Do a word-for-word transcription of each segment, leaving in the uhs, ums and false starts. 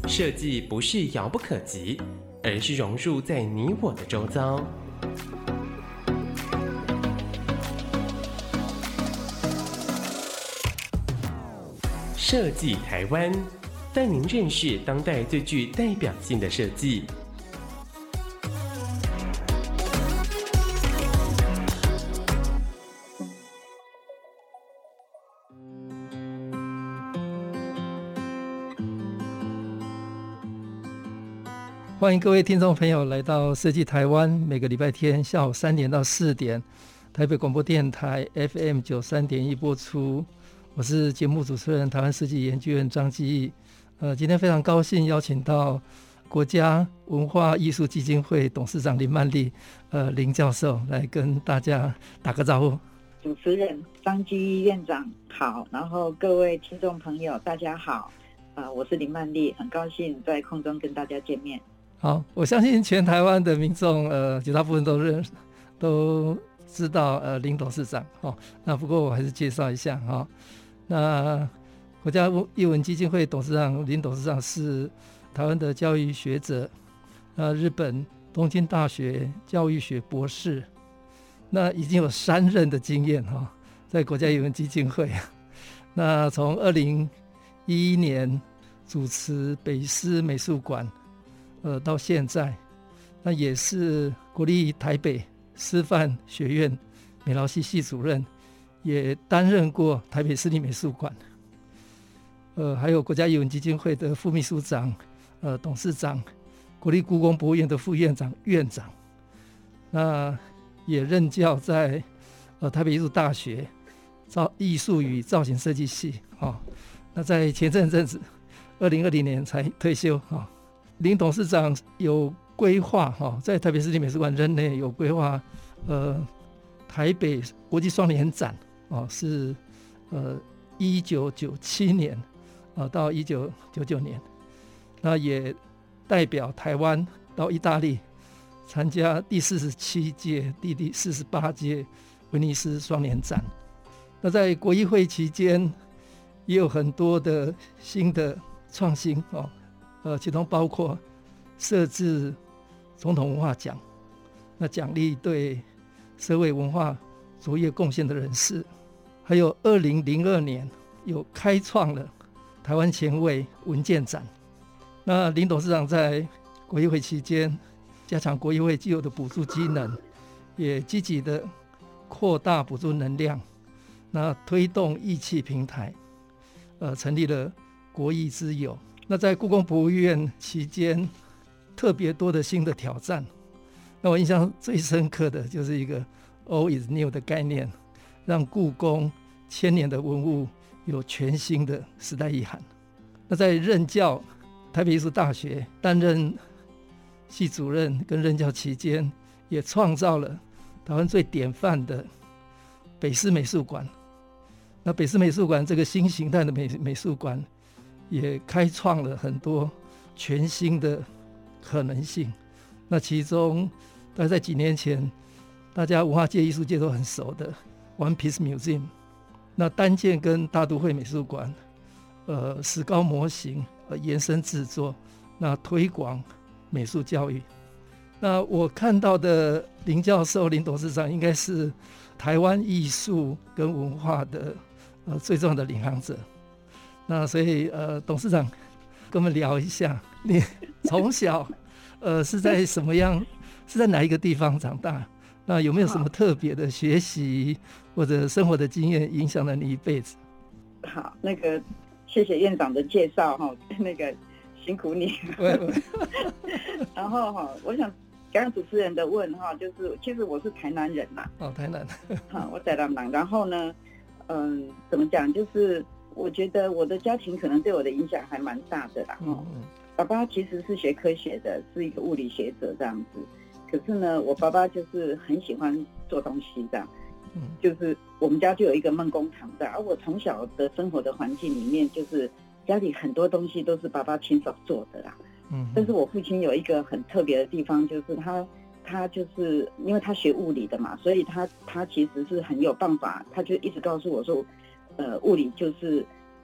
设计不是遥不可及，而是融入在你我的周遭。设计台湾，带您认识当代最具代表性的设计。 欢迎各位听众朋友来到设计台湾，每个礼拜天下午三点到四点，台北广播电台 F M 九三点一播出。我是节目主持人台湾设计研究院张基义。呃，今天非常高兴邀请到国家文化艺术基金会董事长林曼丽，呃，林教授来跟大家打个招呼。 主持人张基义院长好，然后各位听众朋友大家好，呃，我是林曼丽，很高兴在空中跟大家见面。 好，我相信全台湾的民众，呃，绝大部分都认都知道，呃，林董事长，哦，那不过我还是介绍一下，哈、哦，那国家艺文基金会董事长林董事长是台湾的教育学者，呃，日本东京大学教育学博士，那已经有三任的经验，哈、哦，在国家艺文基金会，那从二零一一年主持北师美术馆。呃，到现在，那也是国立台北师范学院美劳系系主任，也担任过台北市立美术馆，呃，还有国家艺文基金会的副秘书长、呃董事长，国立故宫博物院的副院长、院长，那也任教在呃台北艺术大学造艺术与造型设计系，哦，那在前阵阵子，二零二零年才退休，哦。林董事长有规划，在台北市立美术馆任内有规划，呃，台北国际双年展，是呃一九九七年到一九九九年，那也代表台湾到意大利参加第四十七届、第第四十八届威尼斯双年展。那在国艺会期间，也有很多的新的创新哦。呃，其中包括设置总统文化奖，那奖励对社会文化卓越贡献的人士，还有二零零二年有开创了台湾前卫文件展。那林董事长在国艺会期间，加强国艺会既有的补助机能，也积极的扩大补助能量，那推动艺企平台，呃，成立了国艺之友。那在故宫博物院期间，特别多的新的挑战。那我印象最深刻的就是一个 All is new 的概念，让故宫千年的文物有全新的时代意涵。那在任教台北艺术大学担任系主任跟任教期间，也创造了台湾最典范的北师美术馆。那北师美术馆这个新形态的 美, 美术馆也开创了很多全新的可能性。那其中大概在几年前，大家文化界艺术界都很熟的 One Piece Museum， 那单件跟大都会美术馆呃石膏模型呃延伸制作，那推广美术教育。那我看到的林教授林董事长应该是台湾艺术跟文化的呃最重要的领航者。那所以呃，董事长跟我们聊一下，你从小呃是在什么样，是在哪一个地方长大？那有没有什么特别的学习或者生活的经验影响了你一辈子？ 好，那个谢谢院长的介绍哈，那个辛苦你。然后哈，我想刚刚主持人的问哈，就是其实我是台南人嘛。 哦，台南。 好，我台南人。然后呢，嗯，怎么讲？就是我觉得我的家庭可能对我的影响还蛮大的啦。嗯嗯。爸爸其实是学科学的，是一个物理学者这样子。可是呢，我爸爸就是很喜欢做东西这样。嗯。就是我们家就有一个梦工厂这样，而我从小的生活的环境里面，就是家里很多东西都是爸爸亲手做的啦。嗯。但是我父亲有一个很特别的地方，就是他他就是因为他学物理的嘛，所以他他其实是很有办法，他就一直告诉我说，呃，物理就是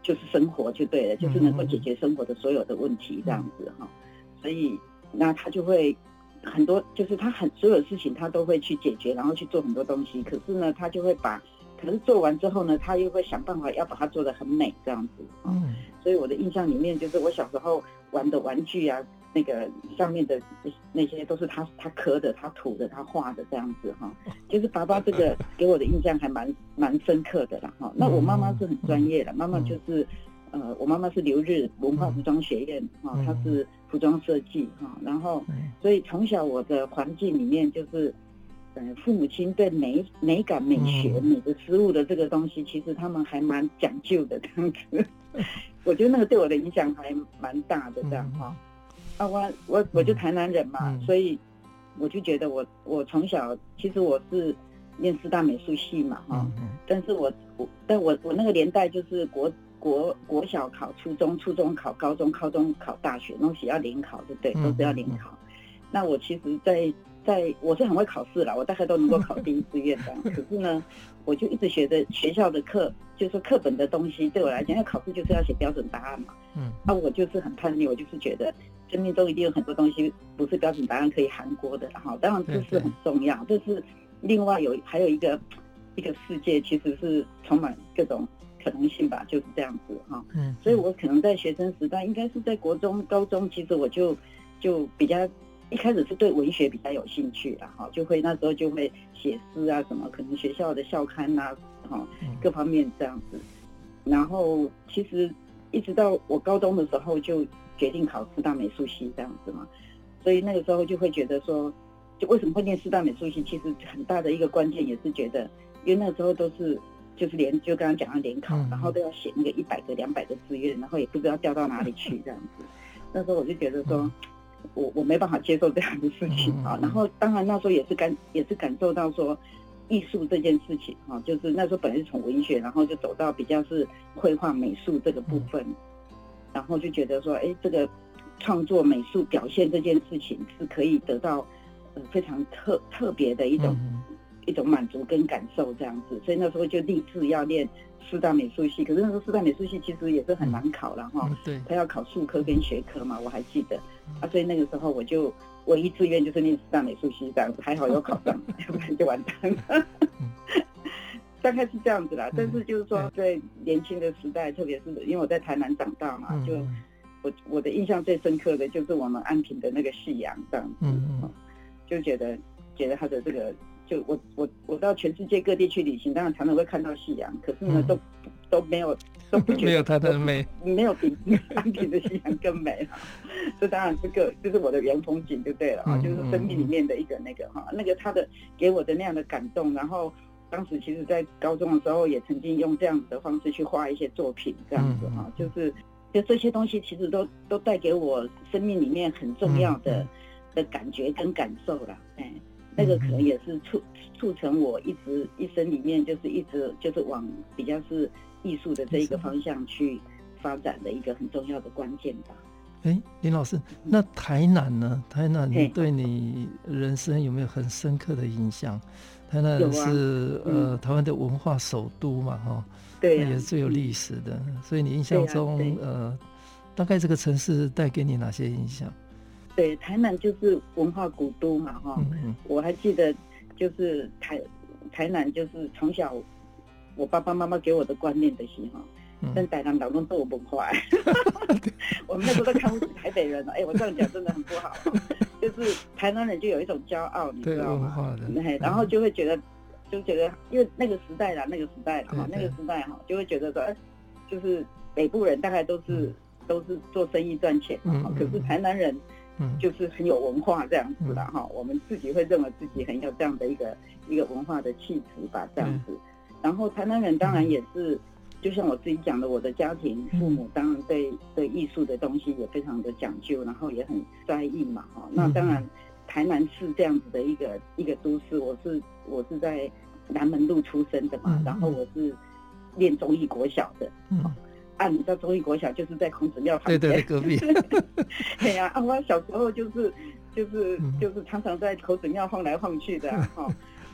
就是生活就对了，就是能够解决生活的所有的问题这样子哈。所以那他就会很多，就是他很所有事情他都会去解决，然后去做很多东西。可是呢，他就会把，可是做完之后呢，他又会想办法要把它做得很美这样子。嗯，所以我的印象里面，就是我小时候玩的玩具啊，那个上面的那些都是他他刻的、他涂的、他画的这样子哈。就是爸爸这个给我的印象还蛮蛮深刻的啦哈。那我妈妈是很专业的，妈妈就是呃，我妈妈是留日文化服装学院哈，她是服装设计哈，然后所以从小我的环境里面就是。呃，父母亲对美美感、美学、美的事物的这个东西，其实他们还蛮讲究的这样子。我觉得那个对我的影响还蛮大的这样哈。啊，我我我就台南人嘛，嗯、所以我就觉得我我从小其实我是念师大美术系嘛哈，嗯、但是我我但我我那个年代就是国国国小考初中，初中考高中，高中考大学，东西要联考，对不对？都是要联考。嗯、那我其实在。在我是很会考试啦，我大概都能够考第一志愿的。可是呢，我就一直学着学校的课，就是课本的东西，对我来讲，因为考试就是要写标准答案嘛。嗯。那、啊、我就是很叛逆，我就是觉得生命中一定有很多东西不是标准答案可以含过的哈。当然这是很重要，但是另外有还有一个一个世界其实是充满各种可能性吧，就是这样子哈。嗯。所以我可能在学生时代，应该是在国中、高中，其实我就就比较。一开始是对文学比较有兴趣啦，哈，就会那时候就会写诗啊，什么可能学校的校刊啊，哈，各方面这样子。然后其实一直到我高中的时候就决定考师大美术系这样子嘛，所以那个时候就会觉得说，就为什么会念师大美术系？其实很大的一个关键也是觉得，因为那个时候都是就是连就刚刚讲的联考，然后都要写那个一百个、两百个志愿，然后也不知道调到哪里去这样子。那时候我就觉得说。我我没办法接受这样的事情啊，然后当然那时候也是感也是感受到说艺术这件事情啊，就是那时候本来是从文学，然后就走到比较是绘画美术这个部分，然后就觉得说，哎，这个创作美术表现这件事情是可以得到呃非常特特别的一种、嗯、一种满足跟感受这样子，所以那时候就立志要练师大美术系。可是那时候师大美术系其实也是很难考了哈、嗯，对，他要考术科跟学科嘛，我还记得。啊，所以那个时候我就唯一志愿就是念师大美术系这样子，还好有考上，要不然就完蛋了。大概是这样子啦，但是就是说在年轻的时代，特别是因为我在台南长大嘛，就我我的印象最深刻的就是我们安平的那个夕阳这样子，就觉得觉得他的这个，就我我我到全世界各地去旅行，当然常常会看到夕阳，可是呢都都没有。都不觉得没有它的美， 没有比安平的夕阳更美哈。这当然这个就是我的原风景就对了哈、嗯，就是生命里面的一个那个哈，那个他的给我的那样的感动。然后当时其实在高中的时候也曾经用这样子的方式去画一些作品，这样子哈、嗯，就是就这些东西其实都都带给我生命里面很重要的、嗯、的感觉跟感受啦，哎。那个可能也是促促成我一直一生里面就是一直就是往比较是艺术的这一个方向去发展的一个很重要的关键吧。 哎，林老师，那台南呢？台南对你人生有没有很深刻的影响？台南是、啊嗯、呃台湾的文化首都嘛，哈，对、啊，也是最有历史的，嗯、所以你印象中、啊、呃，大概这个城市带给你哪些影响？ 对，台南就是文化古都嘛，哈、嗯嗯，我还记得，就是台台南就是从小我爸爸妈妈给我的观念的是哈，但台南老公都有文化，我们那时候都看不起台北人了，哎，我这样讲真的很不好，就是台南人就有一种骄傲，你知道吗？对，然后就会觉得，就觉得因为那个时代啦，那个时代啦哈，那个时代哈，就会觉得说，哎，就是北部人大概都是、嗯、都是做生意赚钱嘛，嗯、可是台南人。嗯，就是很有文化这样子啦哈、嗯，我们自己会认为自己很有这样的一个一个文化的气质吧，这样子。嗯、然后台南人当然也是，就像我自己讲的，我的家庭父母当然对对艺术的东西也非常的讲究，然后也很在意嘛哈。那当然，台南是这样子的一个一个都市，我是我是在南门路出生的嘛，嗯、然后我是念忠义国小的。嗯啊，你知道忠义国小就是在孔子庙旁边， 对对，隔壁。 对呀、啊，啊，我小时候就是就是就是常常在孔子庙晃来晃去的哈、啊。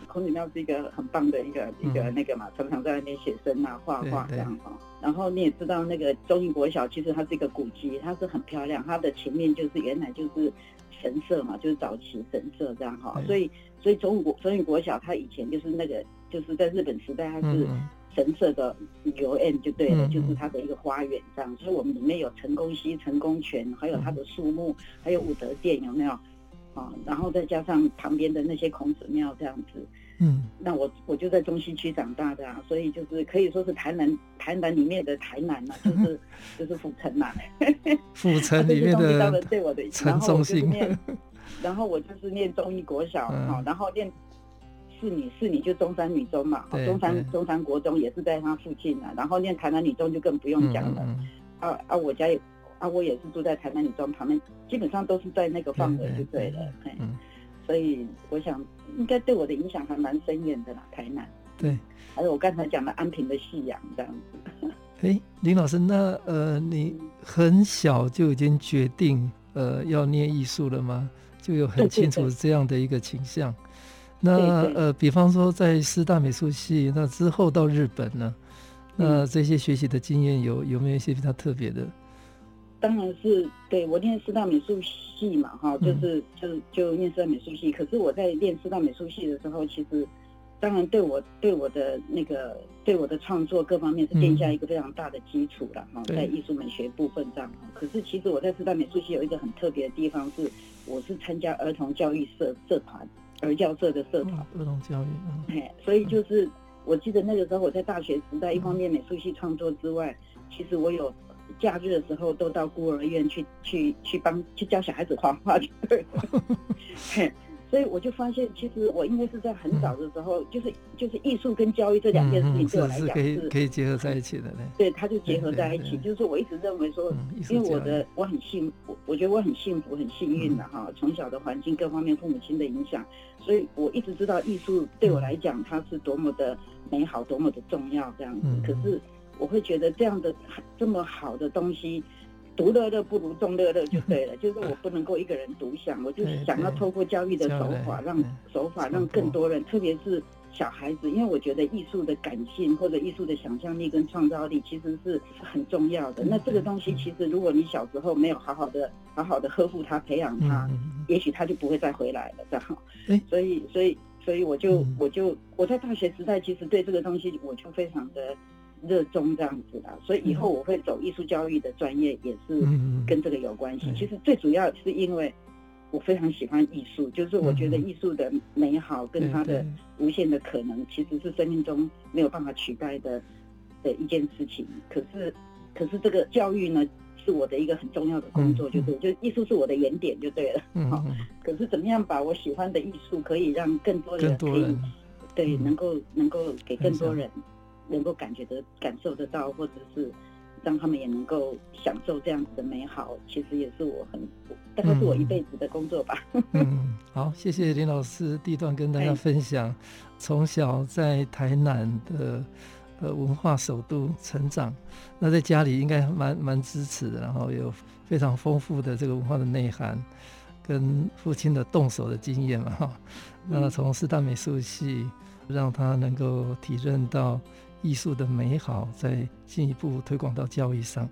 孔子庙是一个很棒的一个、嗯、一个那个嘛，常常在那边写生啊、画画这样哈。然后你也知道，那个忠义国小其实它是一个古迹，它是很漂亮，它的前面就是原来就是神社嘛，就是早期神社这样哈。所以所以忠义国忠义国小它以前就是那个就是在日本时代它是神社的游园就对了，嗯、就是它的一个花园这样。所以我们里面有成功溪、成功泉，还有它的树木，还有武德殿，有没有？啊，然后再加上旁边的那些孔子庙这样子，嗯，那我我就在中西区长大的啊，所以就是可以说是台南台南里面的台南嘛、啊，就是就是府城嘛， 府城里面的对我的城中心， 然后我就是念忠义国小，嗯、然后念四女四女就中山女中嘛，中山中山国中也是在它附近啊，然后念台南女中就更不用讲了，嗯嗯啊啊，我家也。啊，我也是住在台南女中旁边，基本上都是在那个范围就对了，嗯嗯、所以我想应该对我的影响还蛮深远的啦，台南。 对， 还有我刚才讲的安平的夕阳这样子。 哎，林老师，那呃，你很小就已经决定呃要念艺术了吗？就有很清楚这样的一个倾向。对对对那呃，比方说在师大美术系，那之后到日本呢，那这些学习的经验有有没有一些比较特别的？ 当然是对我念师大美术系嘛，哈，就是就就念师大美术系。可是我在练师大美术系的时候，其实当然对我对我的那个对我的创作各方面是奠下一个非常大的基础了哈，在艺术美学部分上。可是其实我在师大美术系有一个很特别的地方是，我是参加儿童教育社社团儿教社的社团。 儿童教育， 嗯，所以就是我记得那个时候我在大学时代，一方面美术系创作之外，其实我有。假日的时候都到孤儿院去去去帮去教小孩子画画，对，所以我就发现，其实我应该是在很早的时候，嗯、就是就是艺术跟教育这两件事情对我来讲是、 嗯、是可以可以结合在一起的， 对，它就结合在一起。就是我一直认为说，嗯、因为我的我很幸，我我觉得我很幸福、很幸运的哈，从、嗯、小的环境各方面父母亲的影响，所以我一直知道艺术对我来讲它是多么的美好、多么的重要这样子。嗯、可是。我会觉得这样的这么好的东西，独乐乐不如众乐乐就对了。就是我不能够一个人独享，我就是想要透过教育的手法，让手法让更多人，特别是小孩子，因为我觉得艺术的感性或者艺术的想象力跟创造力其实是很重要的。那这个东西其实如果你小时候没有好好的好好的呵护它、培养它，嗯、也许它就不会再回来了，这样。欸、所以，所以，所以我就我就我在大学时代其实对这个东西我就非常的。热衷这样子啦，所以以后我会走艺术教育的专业，也是跟这个有关系。嗯、其实最主要是因为我非常喜欢艺术，就是我觉得艺术的美好跟它的无限的可能，其实是生命中没有办法取代的的一件事情。可是，可是这个教育呢，是我的一个很重要的工作，就对，就艺术是我的原点，就对了。嗯、哦，可是怎么样把我喜欢的艺术，可以让更多人可以对能够能够给更多人。能够感觉得感受得到，或者是让他们也能够享受这样子的美好，其实也是我很大概是我一辈子的工作吧。 嗯，好，谢谢林老师第一段跟大家分享，从小在台南的呃文化首都成长，那在家里应该蛮蛮支持的，然后有非常丰富的这个文化的内涵，跟父亲的动手的经验嘛哈。那从师大美术系让他能够体认到艺术的美好，再进一步推广到教育上。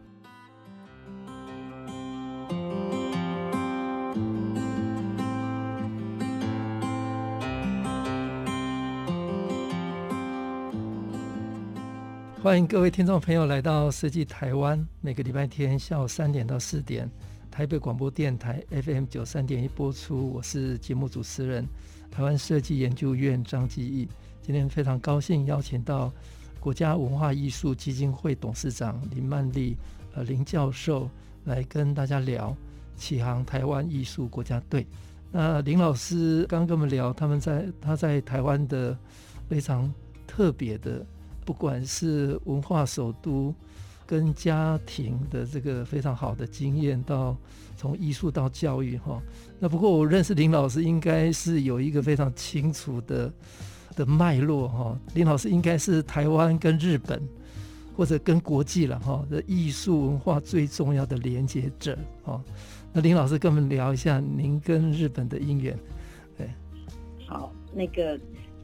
欢迎各位听众朋友来到设计台湾，每个礼拜天下午三点到四点，台北广播电台 F M 九三点一播出。我是节目主持人，台湾设计研究院张基义。今天非常高兴邀请到国家文化艺术基金会董事长林曼丽呃林教授来跟大家聊启航台湾艺术国家队。那林老师刚跟我们聊，他们在他在台湾的非常特别的，不管是文化首都跟家庭的这个非常好的经验，到从艺术到教育哈。那不过我认识林老师，应该是有一个非常清楚的。的脉络哈，林老师应该是台湾跟日本或者跟国际了哈的艺术文化最重要的连接者哈。那林老师跟我们聊一下您跟日本的因缘。对， 好，那个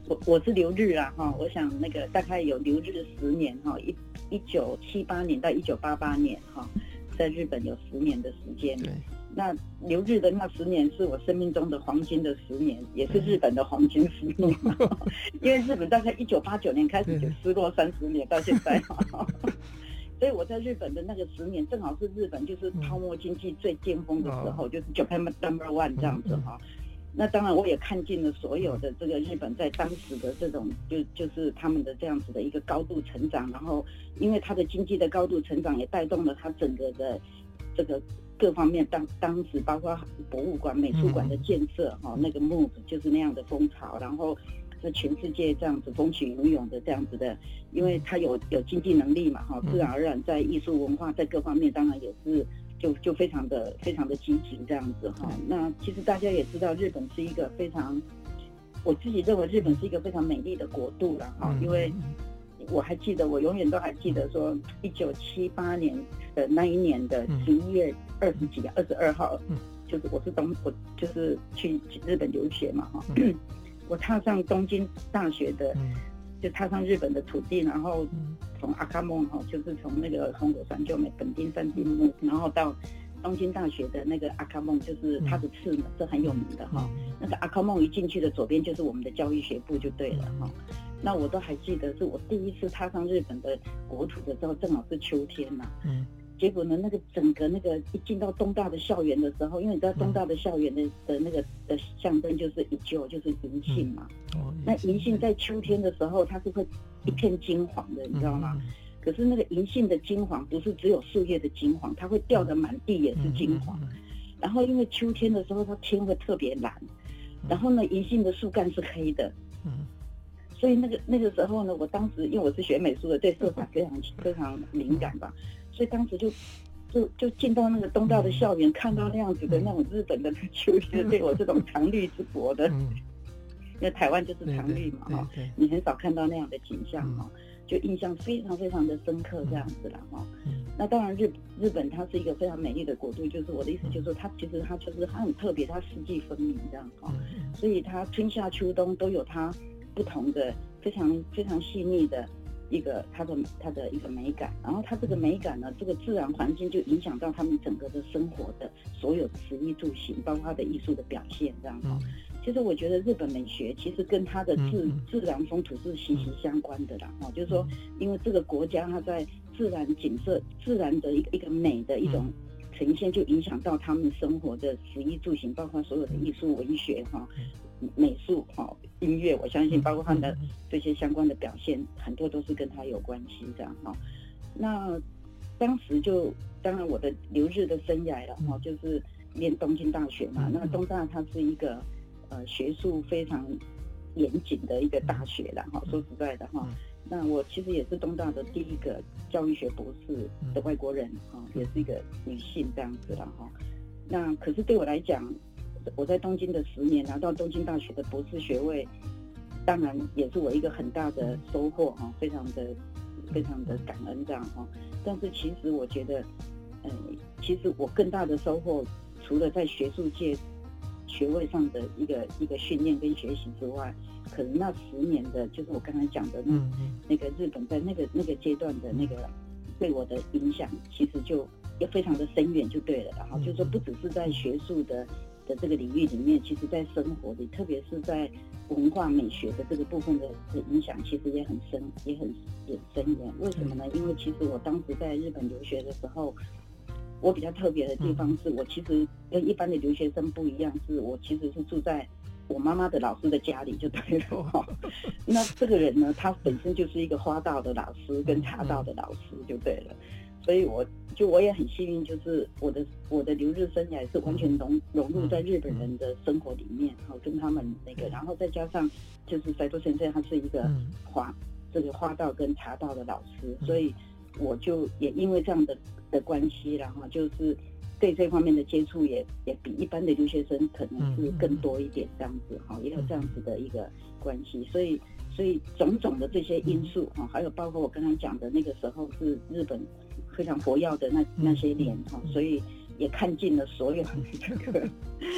我我是留日啊哈，我想那个大概有留日十年哈，一一九七八年到一九八八年哈，在日本有十年的时间。 对。 那留日的那十年是我生命中的黄金的十年，也是日本的黄金十年。因为日本大概一九八九年开始就失落三十年到现在，所以我在日本的那个十年，正好是日本就是泡沫经济最巅峰的时候，就是 Japan number one 这样子哈。那当然，我也看尽了所有的这个日本在当时的这种就就是他们的这样子的一个高度成长，然后因为它的经济的高度成长，也带动了它整个的这个。各方面当当时包括博物馆、美术馆的建设，哈、嗯，那个 move 就是那样的风潮，然后在全世界这样子风起云涌的这样子的，因为它有有经济能力嘛，哈，自然而然在艺术文化在各方面当然也是就就非常的非常的积极这样子哈。那其实大家也知道，日本是一个非常，我自己认为日本是一个非常美丽的国度了哈，因为。我还记得，我永远都还记得说，一九七八年的那一年的十一月二十几、二十二号，就是我是东，我就是去日本留学嘛，哈，我踏上东京大学的，就踏上日本的土地，然后从阿卡蒙哈，就是从那个红果山就美本町三丁目，然后到东京大学的那个阿卡蒙，就是它的次门，是很有名的哈。那个阿卡蒙一进去的左边就是我们的教育学部就对了哈。那我都还记得，是我第一次踏上日本的国土的时候，正好是秋天呐、啊。嗯。结果呢，那个整个那个一进到东大的校园的时候，因为你知道东大的校园的的那个的象征就是一旧，就是银杏嘛。哦。那银杏在秋天的时候，它是会一片金黄的，你知道吗？嗯、可是那个银杏的金黄不是只有树叶的金黄，它会掉得满地也是金黄。嗯嗯、然后因为秋天的时候，它天会特别蓝，然后呢，银杏的树干是黑的。嗯。所以那个那个时候呢，我当时因为我是学美术的，对色彩非常非常敏感吧，所以当时就就就进到那个东大的校园，看到那样子的那种日本的秋天，对我这种常绿之国的，因为台湾就是常绿嘛哈，你很少看到那样的景象哈，就印象非常非常的深刻这样子了哈。那当然日日本它是一个非常美丽的国度，就是我的意思就是说它其实它就是它很特别，它四季分明这样哈，所以它春夏秋冬都有它。不同的非常非常细腻的一个它的它的一个美感，然后它这个美感呢，这个自然环境就影响到他们整个的生活的所有的食衣住行，包括它的艺术的表现这样哈。其实我觉得日本美学其实跟它的自自然风土是息息相关的啦哈，就是说因为这个国家它在自然景色、自然的一个一个美的一种呈现，就影响到他们生活的食衣住行，包括所有的艺术、文学哈。美术哈、音乐，我相信包括他的这些相关的表现，很多都是跟他有关系这样哈。那当时就当然我的留日的生涯了哈，就是念东京大学嘛。那东大它是一个呃学术非常严谨的一个大学了哈。说实在的哈，那我其实也是东大的第一个教育学博士的外国人哈，也是一个女性这样子了哈。那可是对我来讲，我在东京的十年拿到东京大学的博士学位，当然也是我一个很大的收获哈，非常的非常的感恩这样哈。但是其实我觉得，嗯，其实我更大的收获，除了在学术界学位上的一个一个训练跟学习之外，可能那十年的，就是我刚才讲的那那个日本在那个那个阶段的那个对我的影响，其实就也非常的深远就对了哈。就是说不只是在学术的。的这个领域里面，其实在生活里，特别是在文化美学的这个部分的的影响，其实也很深，也很也深远。为什么呢？因为其实我当时在日本留学的时候，我比较特别的地方是我其实跟一般的留学生不一样，是我其实是住在我妈妈的老师的家里就对了哈。那这个人呢，他本身就是一个花道的老师跟茶道的老师就对了。所以我就我也很幸运，就是我的我的留日生涯是完全融融入在日本人的生活里面，好跟他们那个，然后再加上就是斋藤先生他是一个花这个花道跟茶道的老师，所以我就也因为这样的的关系，然后就是对这方面的接触也也比一般的留学生可能是更多一点这样子，哈，也有这样子的一个关系，所以所以种种的这些因素哈，还有包括我刚才讲的那个时候是日本非常活跃的那那些年哈，所以也看尽了所有的这个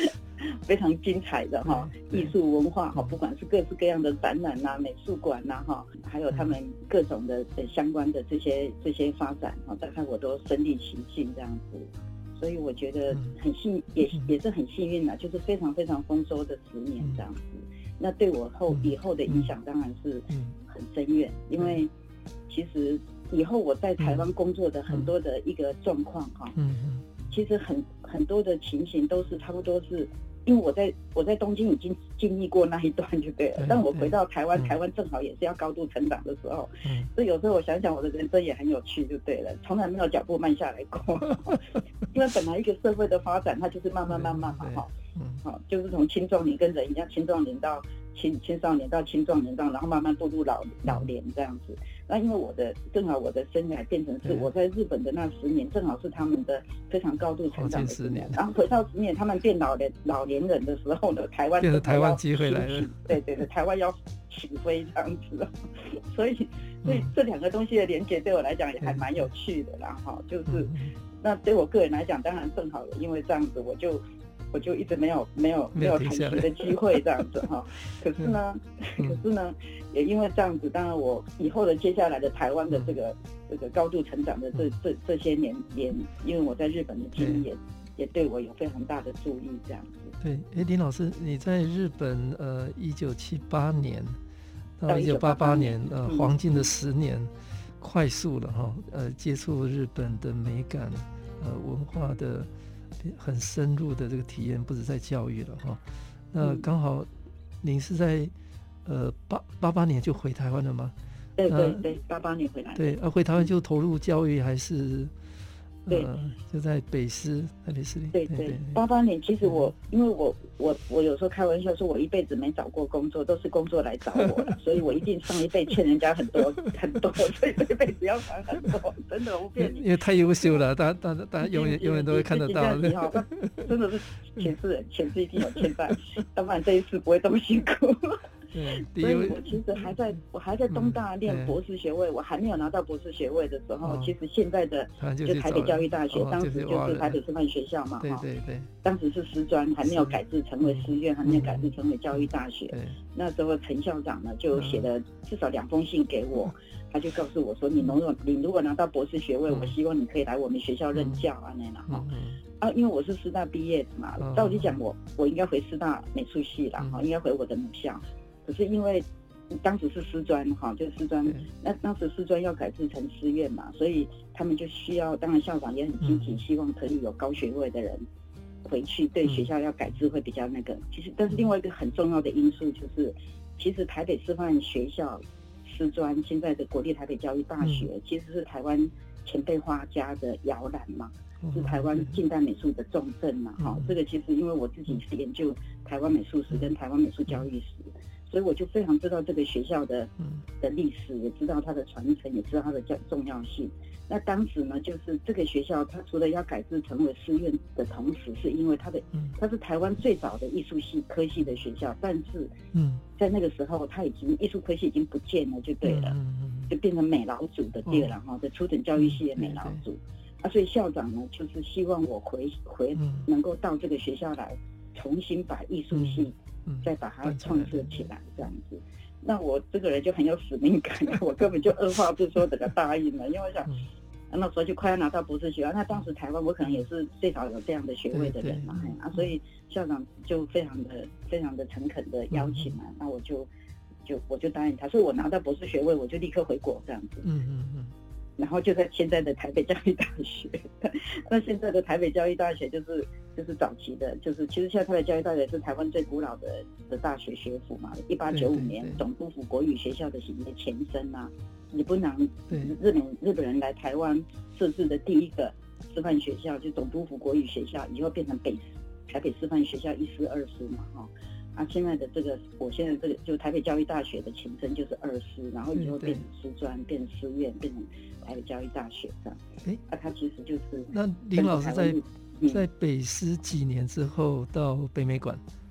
非常精彩的哈艺术文化哈，不管是各式各样的展览呐、美术馆呐哈，还有他们各种的相关的这些这些发展哈，大概我都身临其境这样子。所以我觉得很幸也也是很幸运啦，就是非常非常丰收的十年这样子。那对我后以后的影响当然是很深远，因为其实以后我在台湾工作的很多的一个状况哈，其实很很多的情形都是差不多是。因为我在我在东京已经经历过那一段就对了，但我回到台湾，台湾正好也是要高度成长的时候，所以有时候我想想我的人生也很有趣就对了，从来没有脚步慢下来过，因为本来一个社会的发展它就是慢慢慢慢嘛哈，好就是从青壮年跟人一样，青壮年到青青少年到青壮年这样，然后慢慢步入老老年这样子。那因为我的正好我的生涯变成是我在日本的那十年，正好是他们的非常高度成长的十年，然后回到十年他们变老年老年人的时候呢，台湾变成台湾机会来了， 对对对，台湾要起飞这样子，所以所以这两个东西的连结对我来讲也还蛮有趣的啦哈，就是那对我个人来讲，当然正好因为这样子，我就。我就一直没有没有没有谈息的机会这样子哈，可是呢，可是呢，也因为这样子，当然我以后的接下来的台湾的这个这个高度成长的这这这些年也，因为我在日本的经历也也对我有非常大的注意这样子。 对，哎，林老师，你在日本呃一九七八年到一九八八年呃黄金的十年，快速了哈，呃接触日本的美感呃文化的。很深入的这个体验，不止在教育了哈。那刚好您是在呃八八八年就回台湾了吗？ 对对对，八八年回来。 对，啊，回台湾就投入教育还是？对、呃，就在北师台北市里。 对对，八八年其实我，因为我我我有时候开玩笑说，我一辈子没找过工作，都是工作来找我了，所以我一定上一辈欠人家很多很多，所以这一辈子要还很多，真的我不骗你。 因为太优秀了，大家大家大家永远永远都会看得到。 真的是前世人，前世一定有欠债，要不然这一次不会这么辛苦。所以我其实还在我还在东大念博士学位，我还没有拿到博士学位的时候，其实现在的就台北教育大学，当时就是台北师范学校嘛， 对对对， 当时是师专，还没有改制成为师院，还没有改制成为教育大学。那时候陈校长呢就写了至少两封信给我，他就告诉我说，你如果你如果拿到博士学位，我希望你可以来我们学校任教啊，那样哈。啊，因为我是师大毕业的嘛，照理讲我我应该回师大美术系啦，哈，应该回我的母校。可是因为当时是师专哈，就是师专，那当时师专要改制成师院嘛，所以他们就需要，当然校长也很积极，希望可以有高学位的人回去，对学校要改制会比较那个。其实，但是另外一个很重要的因素就是，其实台北师范学校师专现在的国立台北教育大学，其实是台湾前辈画家的摇篮嘛。是台湾近代美术的重镇嘛，哈、嗯，这个其实因为我自己是研究台湾美术史跟台湾美术教育史，所以我就非常知道这个学校的的历史，也知道它的传承，也知道它的重要性。那当时呢，就是这个学校，它除了要改制成为师院的同时，是因为它的它是台湾最早的艺术系科系的学校，但是在那个时候，它已经艺术科系已经不见了，就对了，就变成美劳组的地了哈，的初等教育系的美劳组。啊，所以校长呢，就是希望我回回能够到这个学校来，重新把艺术系再把它创设起来，这样子。那我这个人就很有使命感，我根本就二话不说这个答应了，因为我想那时候就快要拿到博士学位，那当时台湾我可能也是最少有这样的学位的人嘛，啊，所以校长就非常的非常的诚恳的邀请嘛，那我就就我就答应他，所以我拿到博士学位，我就立刻回国这样子。嗯嗯嗯。然后就在现在的台北教育大学，那现在的台北教育大学就是就是早期的，就是其实现在台北教育大学是台湾最古老的的大学学府嘛，一八九五年总督府国语学校的前身啊，日本人日本日本人来台湾设置的第一个师范学校，就总督府国语学校，以后变成北台北师范学校一师二师嘛，哈。啊，现在的这个，我现在这个就台北教育大学的前身就是二师，然后以后变成师专，变成师院，变成台北教育大学这样。哎，啊，它其实就是那林老师在在北师几年之后到北美馆，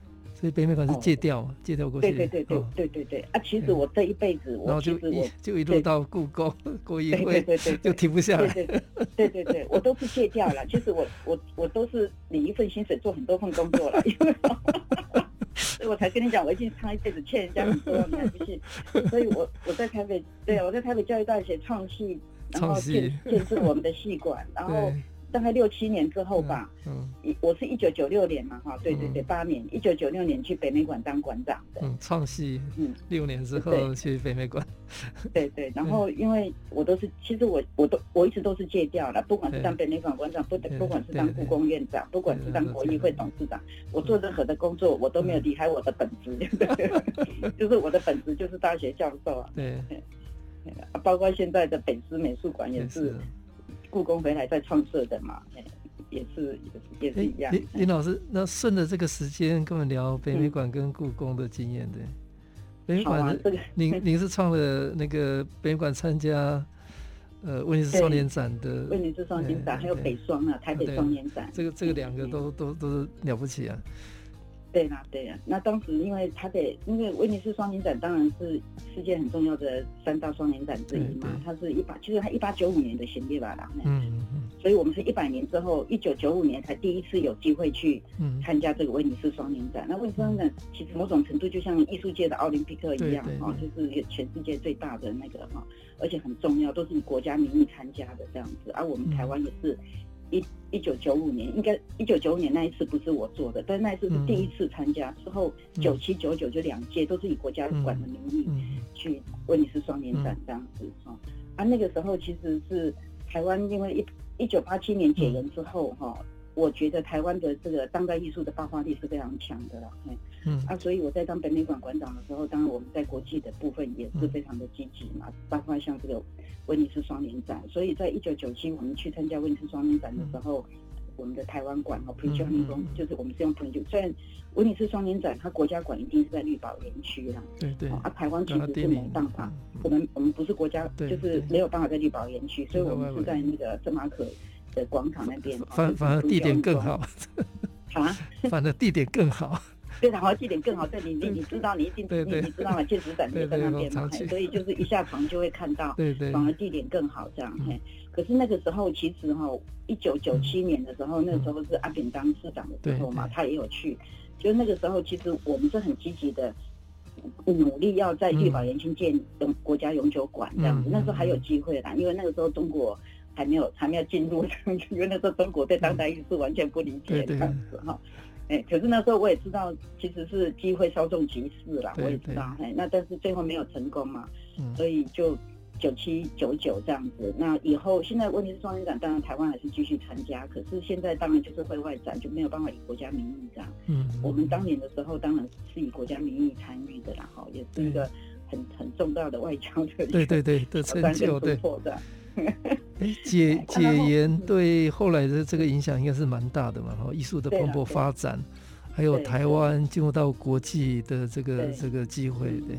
所以北美馆是借调、哦、借调过去。 对对对对、哦、对对对啊！其实我这一辈子，我其实我就一路到故宫、国艺会， 对对对对， 就停不下来。 对对对对对对，我都是借调了。其实我我我都是领一份薪水做很多份工作了，因为所以我才跟你讲，我已经唱一辈子欠人家很多，你还不信？所以我我在台北，对我在台北教育大学创系，然后建建设我们的系馆，然后。大概六七年之后吧，嗯，嗯我是一九九六年嘛，哈，对对对，八、嗯、年，一九九六年去北美馆当馆长的， 嗯，创系，嗯，六年之后去北美馆， 对对，然后因为我都是，其实我我都我一直都是借调了，不管是当北美馆馆长，不不管是当故宫院长，不管是当国艺会董事长，我做任何的工作，我都没有离开我的本职，对不对？就是我的本职就是大学教授啊，对，包括现在的北师美术馆也是。故宫回来再创设的嘛，也是也是一样。林林老师，那顺着这个时间跟我们聊北美馆跟故宫的经验的。嗯、北美馆、啊，这个您您是创了那个北美馆参加呃威尼斯双年展的， 威尼斯双年展还有北双啊，台北双年展， 这个这个两个都、嗯、都都是了不起啊。 对啦，对啦。那当时因为台北，因为威尼斯双年展当然是世界很重要的三大双年展之一嘛，它是一八，其实它一八九五年的衔接吧啦，嗯嗯，所以我们是一百年之后，一九九五年才第一次有机会去参加这个威尼斯双年展。嗯、那威尼斯双年展其实某种程度就像艺术界的奥林匹克一样哈、哦，就是全世界最大的那个哈、哦，而且很重要，都是以国家名义参加的这样子。而、啊、我们台湾也是。一一九九五年，应该一九九五年那一次不是我做的，但那一次是第一次参加。之后九七九九就两届都是以国家馆的名义去威尼斯双年展这样子哈、嗯。啊，那个时候其实是台湾，因为一一九八七年解严之后哈、嗯，我觉得台湾的这个当代艺术的爆发力是非常强的啦。嗯啊，所以我在当北美馆馆长的时候，当然我们在国际的部分也是非常的积极嘛，包括像这个威尼斯双年展。所以在一九九七我们去参加威尼斯双年展的时候，嗯、我们的台湾馆哦 ，Pre-Journey 就是我们是用 Pre， 虽然威尼斯双年展它国家馆一定是在绿岛园区啦， 对对， 啊，台湾其实是没办法，嗯、我们我们不是国家，就是没有办法在绿岛园区，所以我们是在那个圣马可的广场那边， 反反而地点更好， 啊， 反而地点更好。 对，然后地点更好，对，你你你知道，你一定对对你你知道嘛？建筑展就在那边嘛，所以就是一下床就会看到，对对，反而地点更好这样。嘿，可是那个时候其实哈，一九九七年的时候，那时候是阿扁当市长的时候嘛，他也有去，就那个时候其实我们是很积极的努力要在绿岛园区建永国家永久馆这样子，那时候还有机会啦，因为那个时候中国还没有还没有进入，因为那时候中国对当代艺术完全不理解这样子哈。哎，可是那时候我也知道，其实是机会稍纵即逝啦，我也知道，哎，那但是最后没有成功嘛，嗯、所以就九七九九这样子。那以后现在威尼斯双年展，当然台湾还是继续参加，可是现在当然就是会外展，就没有办法以国家名义这样。嗯，我们当年的时候当然是以国家名义参与的啦，哈，也是一个很很重要的外交的对对对的成就，对。解解严对后来的这个影响应该是蛮大的嘛，艺术的蓬勃发展，还有台湾进入到国际的这个这个机会，对。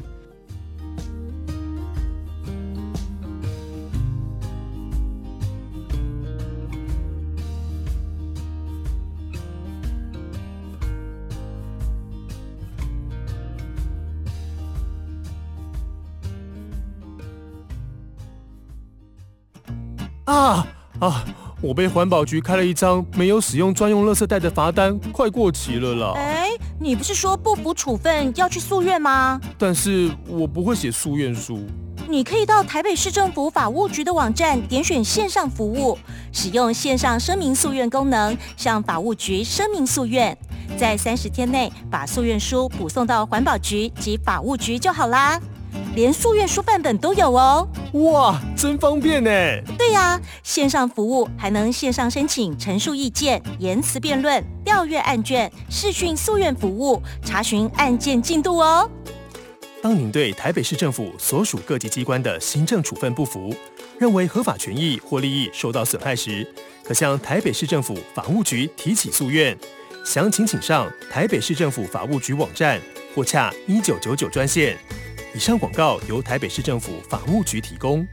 啊啊！我被环保局开了一张没有使用专用垃圾袋的罚单，快过期了啦！ 哎，你不是说不服处分要去诉愿吗？ 但是我不会写诉愿书。 你可以到台北市政府法务局的网站点选线上服务，使用线上声明诉愿功能，向法务局声明诉愿，在三十天内把诉愿书补送到环保局及法务局就好啦。连诉愿书范本都有哦！ 哇，真方便呢！ 对呀、啊，线上服务还能线上申请陈述意见、言辞辩论、调阅案卷、视讯诉愿服务、查询案件进度哦。 当您对台北市政府所属各级机关的行政处分不服，认为合法权益或利益受到损害时，可向台北市政府法务局提起诉愿。详情请上台北市政府法务局网站或洽一九九九专线。以上广告由台北市政府法务局提供。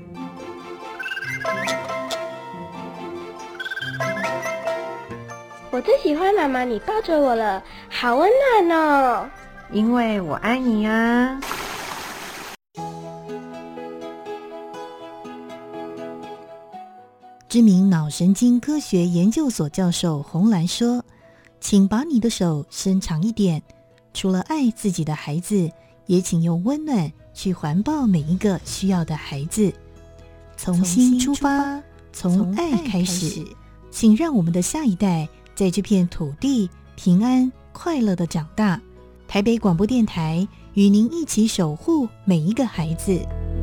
欢我最喜欢妈妈你抱着我了，好温暖哦。 因为我爱你啊。 知名脑神经科学研究所教授洪兰说，请把你的手伸长一点，除了爱自己的孩子，也请用温暖去环抱每一个需要的孩子。从心出发，从爱开始，请让我们的下一代在这片土地平安快乐地长大。台北广播电台与您一起守护每一个孩子。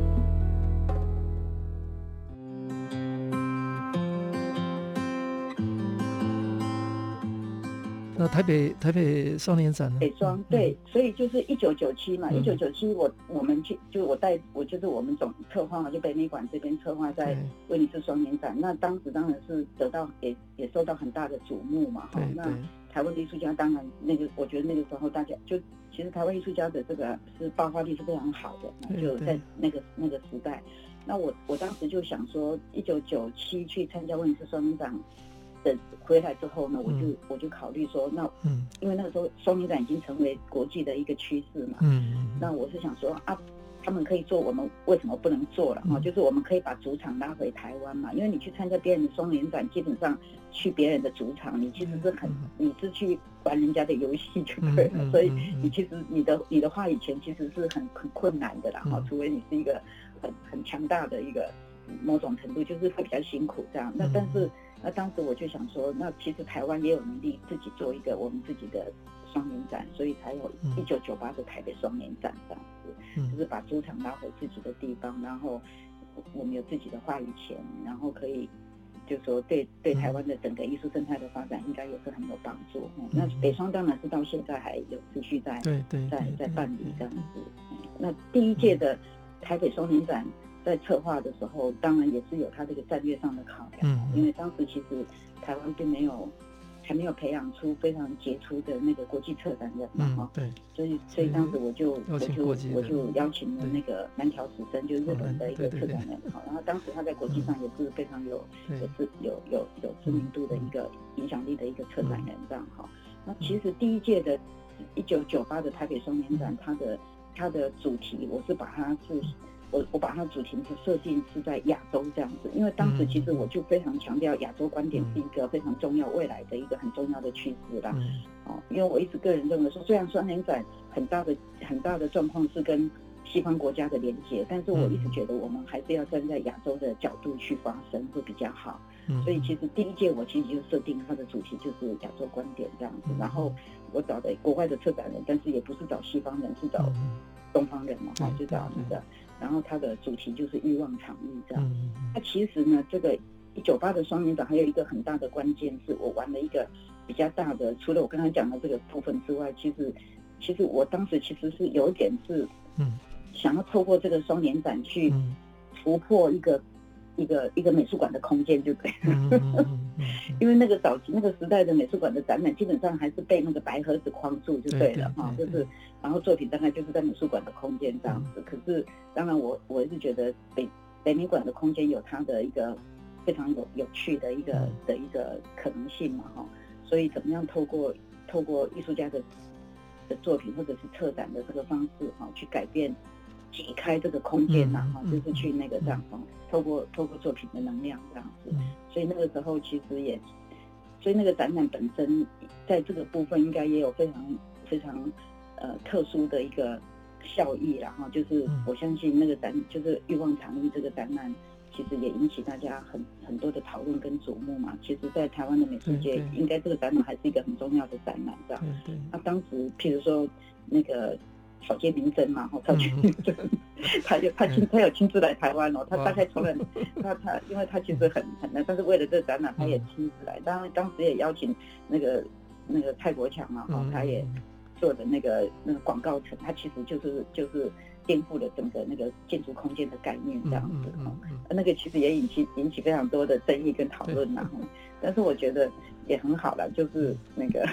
那台北台北双年展呢？ 北双对，嗯、所以就是一九九七嘛，一九九七我我们去就我带我就是我们总策划嘛，就北美馆这边策划在威尼斯双年展，那当时当然是得到也也受到很大的瞩目嘛，哈，那台湾的艺术家当然那个我觉得那个时候大家就其实台湾艺术家的这个是爆发力是非常好的，就在那个那个时代，那我我当时就想说，一九九七去参加威尼斯双年展。回来之后呢，我就、嗯、我就考虑说，那、嗯、因为那个时候双年展已经成为国际的一个趋势嘛，嗯，那我是想说啊，他们可以做，我们为什么不能做了哈、嗯？就是我们可以把主场拉回台湾嘛，因为你去参加别人的双年展，基本上去别人的主场，你其实是很，嗯、你是去玩人家的游戏就对了，嗯、所以你其实你的你的话语权其实是很很困难的啦哈、嗯，除非你是一个很很强大的一个某种程度，就是会比较辛苦这样，那但是。那当时我就想说，那其实台湾也有能力自己做一个我们自己的双年展，所以才有一九九八的台北双年展这样子，嗯、就是把主场拉回自己的地方，然后我们有自己的话语权，然后可以就说对对台湾的整个艺术生态的发展应该也是很有帮助。嗯、那北双当然是到现在还有持续在对对在在办理这样子。那第一届的台北双年展。在策划的时候，当然也是有他这个战略上的考量，嗯、因为当时其实台湾并没有还没有培养出非常杰出的那个国际策展人嘛，哈、嗯，对，所以所以当时我就我就我就邀请了那个南条史生，就是日本的一个策展人，好，然后当时他在国际上也是非常有有知有有有知名度的一个影响力的一个策展人，这样哈。那其实第一届的一九九八的台北双年展，它的它的主题我是把它是。我我把它主题是设定是在亚洲这样子，因为当时其实我就非常强调亚洲观点是一个非常重要未来的一个很重要的趋势啦。嗯、哦，因为我一直个人认为说，虽然双年展很大的很大的状况是跟西方国家的连接，但是我一直觉得我们还是要站在亚洲的角度去发声会比较好。嗯、所以其实第一届我其实就设定它的主题就是亚洲观点这样子，然后我找的国外的策展人，但是也不是找西方人，是找东方人嘛，哈、嗯，就找那个。然后它的主题就是欲望场域这样。那、嗯、其实呢，这个一九八的双年展还有一个很大的关键是我玩了一个比较大的，除了我刚才讲的这个部分之外，其实其实我当时其实是有一点是，嗯，想要透过这个双年展去突破一个、嗯、一个一个美术馆的空间，就对了。嗯嗯嗯嗯、因为那个早期那个时代的美术馆的展览，基本上还是被那个白盒子框住，就对了哈，就是。然后作品大概就是在美术馆的空间这样子，嗯、可是当然我我是觉得北北美馆的空间有它的一个非常有有趣的一个、嗯、的一个可能性嘛哈，所以怎么样透过透过艺术家的的作品或者是策展的这个方式哈，去改变解开这个空间呐哈，嗯、就是去那个这样哈，透过透过作品的能量这样子，嗯、所以那个时候其实也，所以那个展览本身在这个部分应该也有非常非常。呃，特殊的一个效益啦哈，就是我相信那个展，就是欲望场域这个展览，其实也引起大家很很多的讨论跟瞩目嘛。其实，在台湾的美术界，应该这个展览还是一个很重要的展览，这样。那、啊、当时，譬如说那个草间弥生嘛，哈，草间弥生，他有他亲他有亲自来台湾哦，他大概从来他他，因为他其实很很难，但是为了这个展览，他也亲自来。当然当时也邀请那个那个蔡国强嘛，哈，他也。做的那个那个广告城，它其实就是就是颠覆了整个那个建筑空间的概念这样子，嗯嗯嗯嗯、那个其实也引起引起非常多的争议跟讨论啦。但是我觉得也很好啦，就是那个。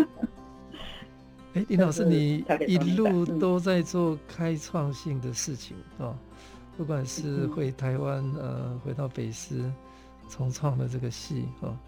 哎，林老师，你一路都在做开创性的事情啊、哦，不管是回台湾，呃，回到北师重创的这个戏啊、哦，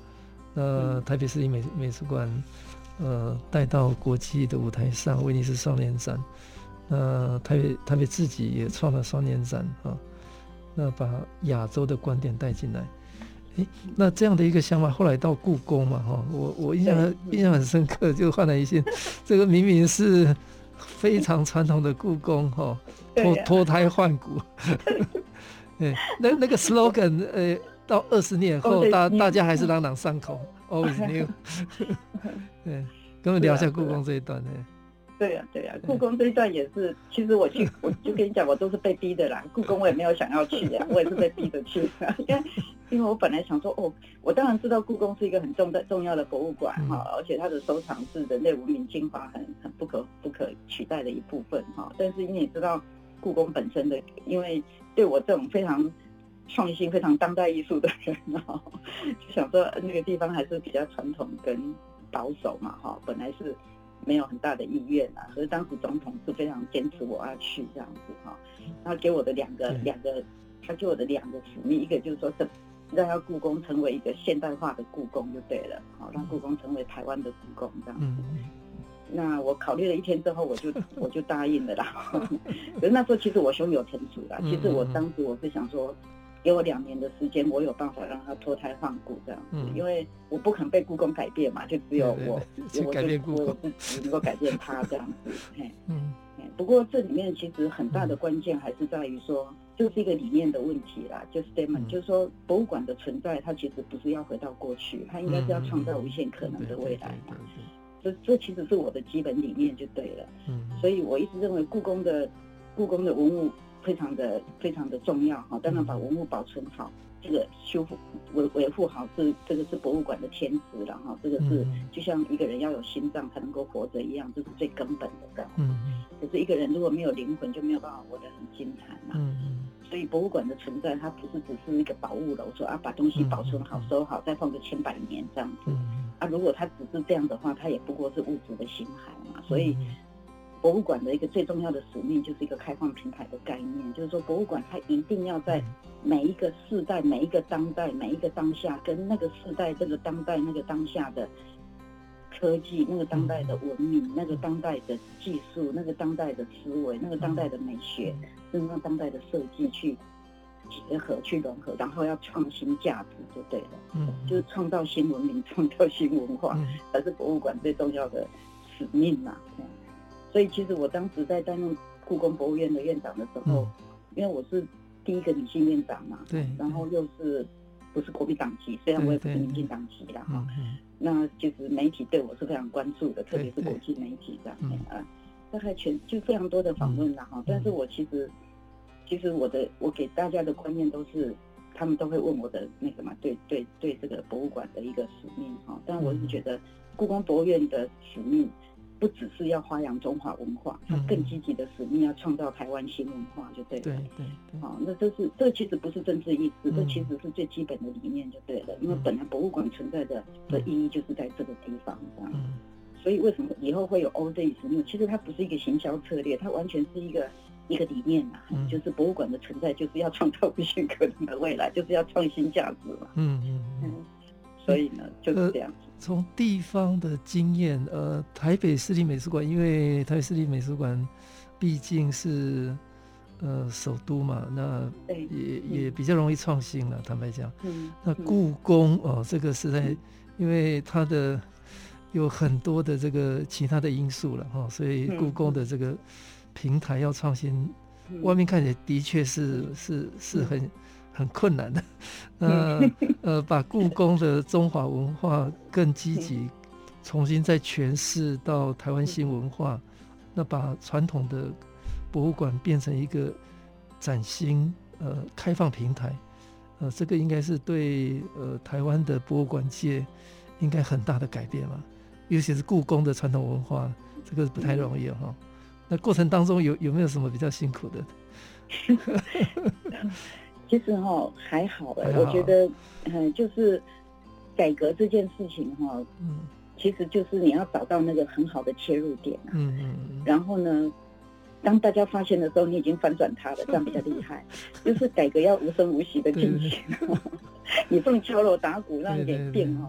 那台北市立美美术馆，呃，带到国际的舞台上，威尼斯双年展。那台北台北自己也创了双年展啊，那把亚洲的观点带进来。诶，那这样的一个想法，后来到故宫嘛，哈，我我印象印象很深刻，就焕然一新，这个明明是非常传统的故宫，哈，脱脱胎换骨，哎，那那个 slogan， 呃，到二十年后，大大家还是朗朗上口 ，always new， 对，跟我们聊一下故宫这一段，哎。 对呀、啊，对呀、啊，故宫这一段也是，其实我去，我就跟你讲，我都是被逼的啦。故宫我也没有想要去呀、啊，我也是被逼着去的。因为，因为我本来想说，哦，我当然知道故宫是一个很重的重要的博物馆哈、嗯，而且它的收藏是人类文明精华很很不可不可取代的一部分哈。但是因为你知道，故宫本身的，因为对我这种非常创新、非常当代艺术的人哈，就想说那个地方还是比较传统跟保守嘛哈，本来是。没有很大的意愿啊，可是当时总统是非常坚持我要去这样子哈，他给我的两个两个，他给我的两个使命，一个就是说，让要故宫成为一个现代化的故宫就对了，好，让故宫成为台湾的故宫这样子。那我考虑了一天之后，我就我就答应了啦。可是那时候其实我胸有成竹啦，其实我当时我是想说。给我两年的时间，我有办法让他脱胎换骨这样子、嗯，因为我不肯被故宫改变嘛，就只有我， 对对对我改变故宫， 我自己能够改变他这样子。嘿嗯，不过这里面其实很大的关键还是在于说，就是一个理念的问题啦，就是 statement，、嗯、就是说博物馆的存在，它其实不是要回到过去，它应该是要创造无限可能的未来嘛。这这其实是我的基本理念就对了。嗯，所以我一直认为故宫的故宫的文物。非常的非常的重要哈，当然把文物保存好，这个修复维维护好，是这个是博物馆的天职了哈，这个是就像一个人要有心脏才能够活着一样，这是最根本的这样。嗯，可是一个人如果没有灵魂，就没有办法活得很精彩嘛。嗯，所以博物馆的存在，它不是只是一个宝物楼，说啊把东西保存好、收好，再放个千百年这样子。啊，如果它只是这样的话，它也不过是物质的形骸嘛，所以。博物馆的一个最重要的使命就是一个开放平台的概念，就是说博物馆它一定要在每一个世代、每一个当代、每一个当下，跟那个世代、这个当代、那个当下的科技、那个当代的文明、那个当代的技术、那个当代的思维、那个当代的美学，跟那个当代的设计去结合、去融合，然后要创新价值就对了。嗯，就是创造新文明、创造新文化，才是博物馆最重要的使命嘛。所以其实我当时在担任故宫博物院的院长的时候、嗯，因为我是第一个女性院长嘛，对，然后又是不是国民党籍，虽然我也不是民进党籍啦哈，那其实媒体对我是非常关注的，特别是国际媒体这样啊，大概全就非常多的访问啦哈、嗯，但是我其实其实我的我给大家的观念都是，他们都会问我的那个嘛，对对对这个博物馆的一个使命哈，但我是觉得故宫博物院的使命。不只是要发扬中华文化，它更积极的使命要创造台湾新文化，就对了。对对对，好，那这是这其实不是政治意思，这其实是最基本的理念，就对了。因为本来博物馆存在的的意义就是在这个地方，这样。所以为什么以后会有 all days？ 其实它不是一个行销策略，它完全是一个一个理念啊，就是博物馆的存在就是要创造无限可能的未来，就是要创新价值嘛。嗯嗯嗯。所以呢，就是这样子。 从地方的经验，呃，台北市立美术馆，因为台北市立美术馆毕竟是呃首都嘛，那也也比较容易创新了。坦白讲，嗯，那故宫哦，这个实在，因为它的有很多的这个其他的因素了哈、哦，所以故宫的这个平台要创新，嗯、外面看起来的确是是是很。嗯很困难的，呃呃，把故宫的中华文化更积极，重新再诠释到台湾新文化，那把传统的博物馆变成一个崭新呃开放平台，呃，这个应该是对呃台湾的博物馆界应该很大的改变嘛，尤其是故宫的传统文化，这个不太容易哈、哦。那过程当中有有没有什么比较辛苦的？ 其实哈、哦、还好哎，我觉得，嗯，就是改革这件事情哈、哦，嗯，其实就是你要找到那个很好的切入点、啊，嗯嗯，然后呢，当大家发现的时候，你已经反转它了，这样比较厉害。就是改革要无声无息的进行，你不能敲锣打鼓让人给变哈，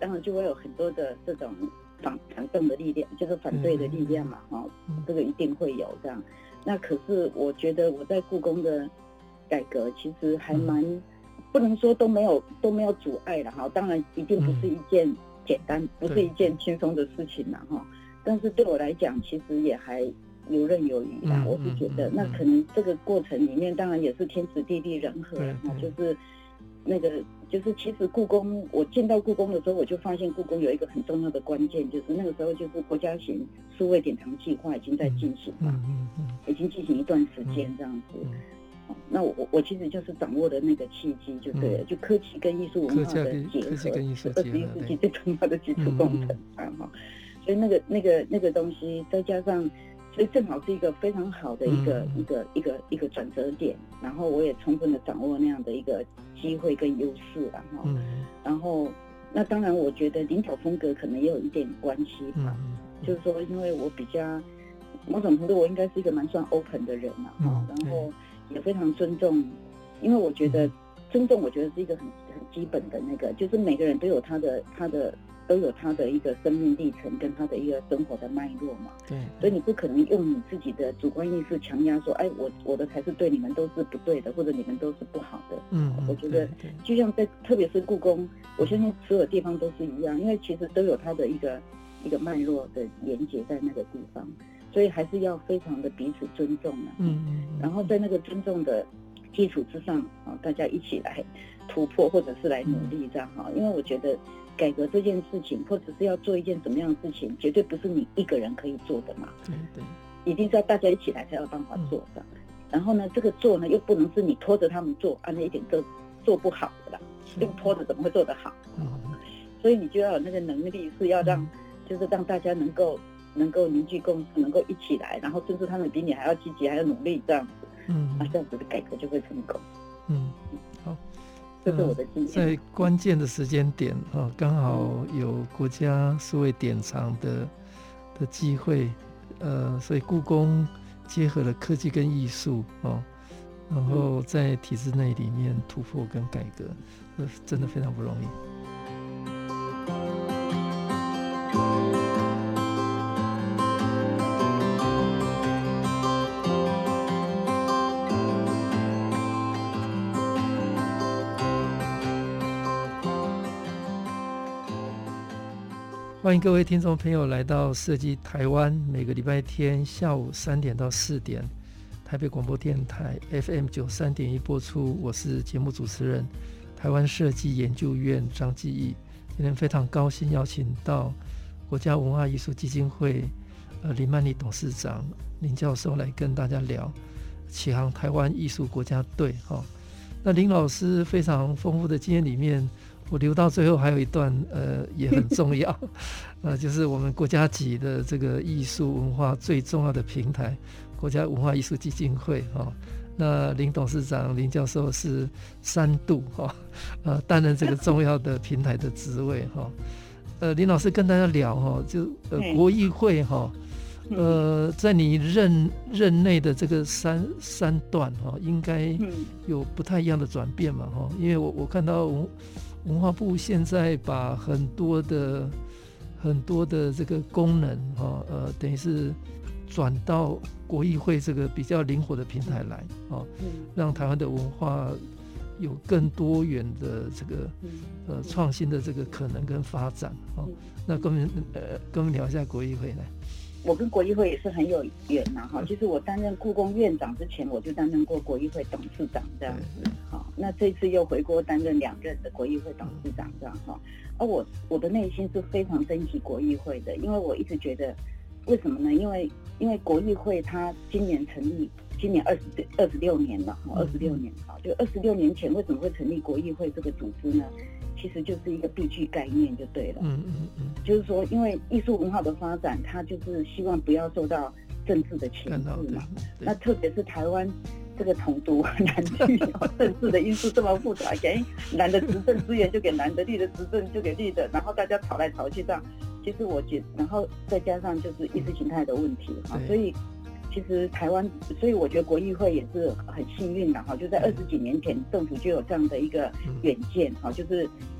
当然就会有很多的这种反反动的力量，就是反对的力量嘛，哈、嗯，这个一定会有这样。那可是我觉得我在故宫的改革其实还蛮、嗯、不能说都没有都没有阻碍了哈，当然一定不是一件简单，嗯、不是一件轻松的事情啦哈。但是对我来讲，其实也还游刃有余啦。嗯、我是觉得，那可能这个过程里面，当然也是天时地利人和啦哈，就是那个。就是其实故宫，我见到故宫的时候，我就发现故宫有一个很重要的关键，就是那个时候就是国家型数位典藏计划已经在进行嘛，嗯嗯嗯、已经进行一段时间这样子。嗯嗯、那我我其实就是掌握的那个契机就对了，嗯、就科技跟艺术文化的结合，是二十一世纪最重要的基础工程啊哈、嗯。所以那个那个那个东西，再加上。所以正好是一个非常好的一个、嗯、一个一个一个转折点，然后我也充分的掌握那样的一个机会跟优势了哈。嗯、然后那当然我觉得领导风格可能也有一点关系吧，嗯、就是说因为我比较某种程度我应该是一个蛮算 open 的人了哈，嗯、然后也非常尊重，因为我觉得尊重我觉得是一个很很基本的那个，就是每个人都有他的他的。都有他的一个生命历程跟他的一个生活的脉络嘛，对，所以你不可能用你自己的主观意识强压说，哎，我我的才是对，你们都是不对的，或者你们都是不好的。嗯，我觉得就像在特别是故宫，我相信所有地方都是一样，因为其实都有它的一个一个脉络的连结在那个地方，所以还是要非常的彼此尊重啊。嗯嗯，然后在那个尊重的基础之上啊，大家一起来突破或者是来努力这样哈，因为我觉得。改革这件事情，或者是要做一件什么样的事情，绝对不是你一个人可以做的嘛。对对，一定是要大家一起来才有办法做的。嗯、然后呢，这个做呢又不能是你拖着他们做，啊，那一点都做不好的啦。用拖着怎么会做得好？嗯、所以你就要有那个能力，是要让，嗯、就是让大家能够能够凝聚共识，能够一起来，然后甚至他们比你还要积极，还要努力这样子。嗯，那这样子的改革就会成功。嗯，好。这是我的经验。 在关键的时间点啊，刚好有国家数位典藏的的机会，呃，所以故宫结合了科技跟艺术哦，然后在体制内里面突破跟改革，呃，真的非常不容易。欢迎各位听众朋友来到设计台湾，每个礼拜天下午三点到四点，台北广播电台 F M 九三点一播出。我是节目主持人台湾设计研究院张继义。今天非常高兴邀请到国家文化艺术基金会呃林曼丽董事长林教授来跟大家聊启航台湾艺术国家队。哦，那林老师非常丰富的经验里面。我留到最后还有一段，呃，也很重要，呃，就是我们国家级的这个艺术文化最重要的平台——国家文化艺术基金会哈、哦。那林董事长、林教授是三度哈、哦，呃，担任这个重要的平台的职位哈、哦。呃，林老师跟大家聊哈、哦，就呃国艺会哈、哦，呃，在你任任内的这个三三段哈、哦，应该有不太一样的转变嘛哈、哦，因为我我看到文文化部现在把很多的很多的这个功能哈，呃，等于是转到国艺会这个比较灵活的平台来啊，让台湾的文化有更多元的这个呃创新的这个可能跟发展啊。那跟我们呃跟我们聊一下国艺会来。 我跟国艺会也是很有缘呐，哈。其实我担任故宫院长之前，我就担任过国艺会董事长这样子，好。那这次又回国担任两任的国艺会董事长这样哈。而我我的内心是非常珍惜国艺会的，因为我一直觉得，为什么呢？因为因为国艺会它今年成立，今年二十二十六年了哈，二十六年哈，就二十六年前为什么会成立国艺会这个组织呢？其实就是一个必具概念就对了，嗯嗯嗯，就是说，因为艺术文化的发展，它就是希望不要受到政治的牵制嘛。那特别是台湾这个统独蓝绿政治的因素这么复杂，给蓝的执政资源就给蓝的，绿的执政就给绿的，然后大家吵来吵去这样。其实我觉得，然后再加上就是意识形态的问题哈，所以。其实台湾，所以我觉得国艺会也是很幸运的哈，就在二十几年前，政府就有这样的一个远见哈，就是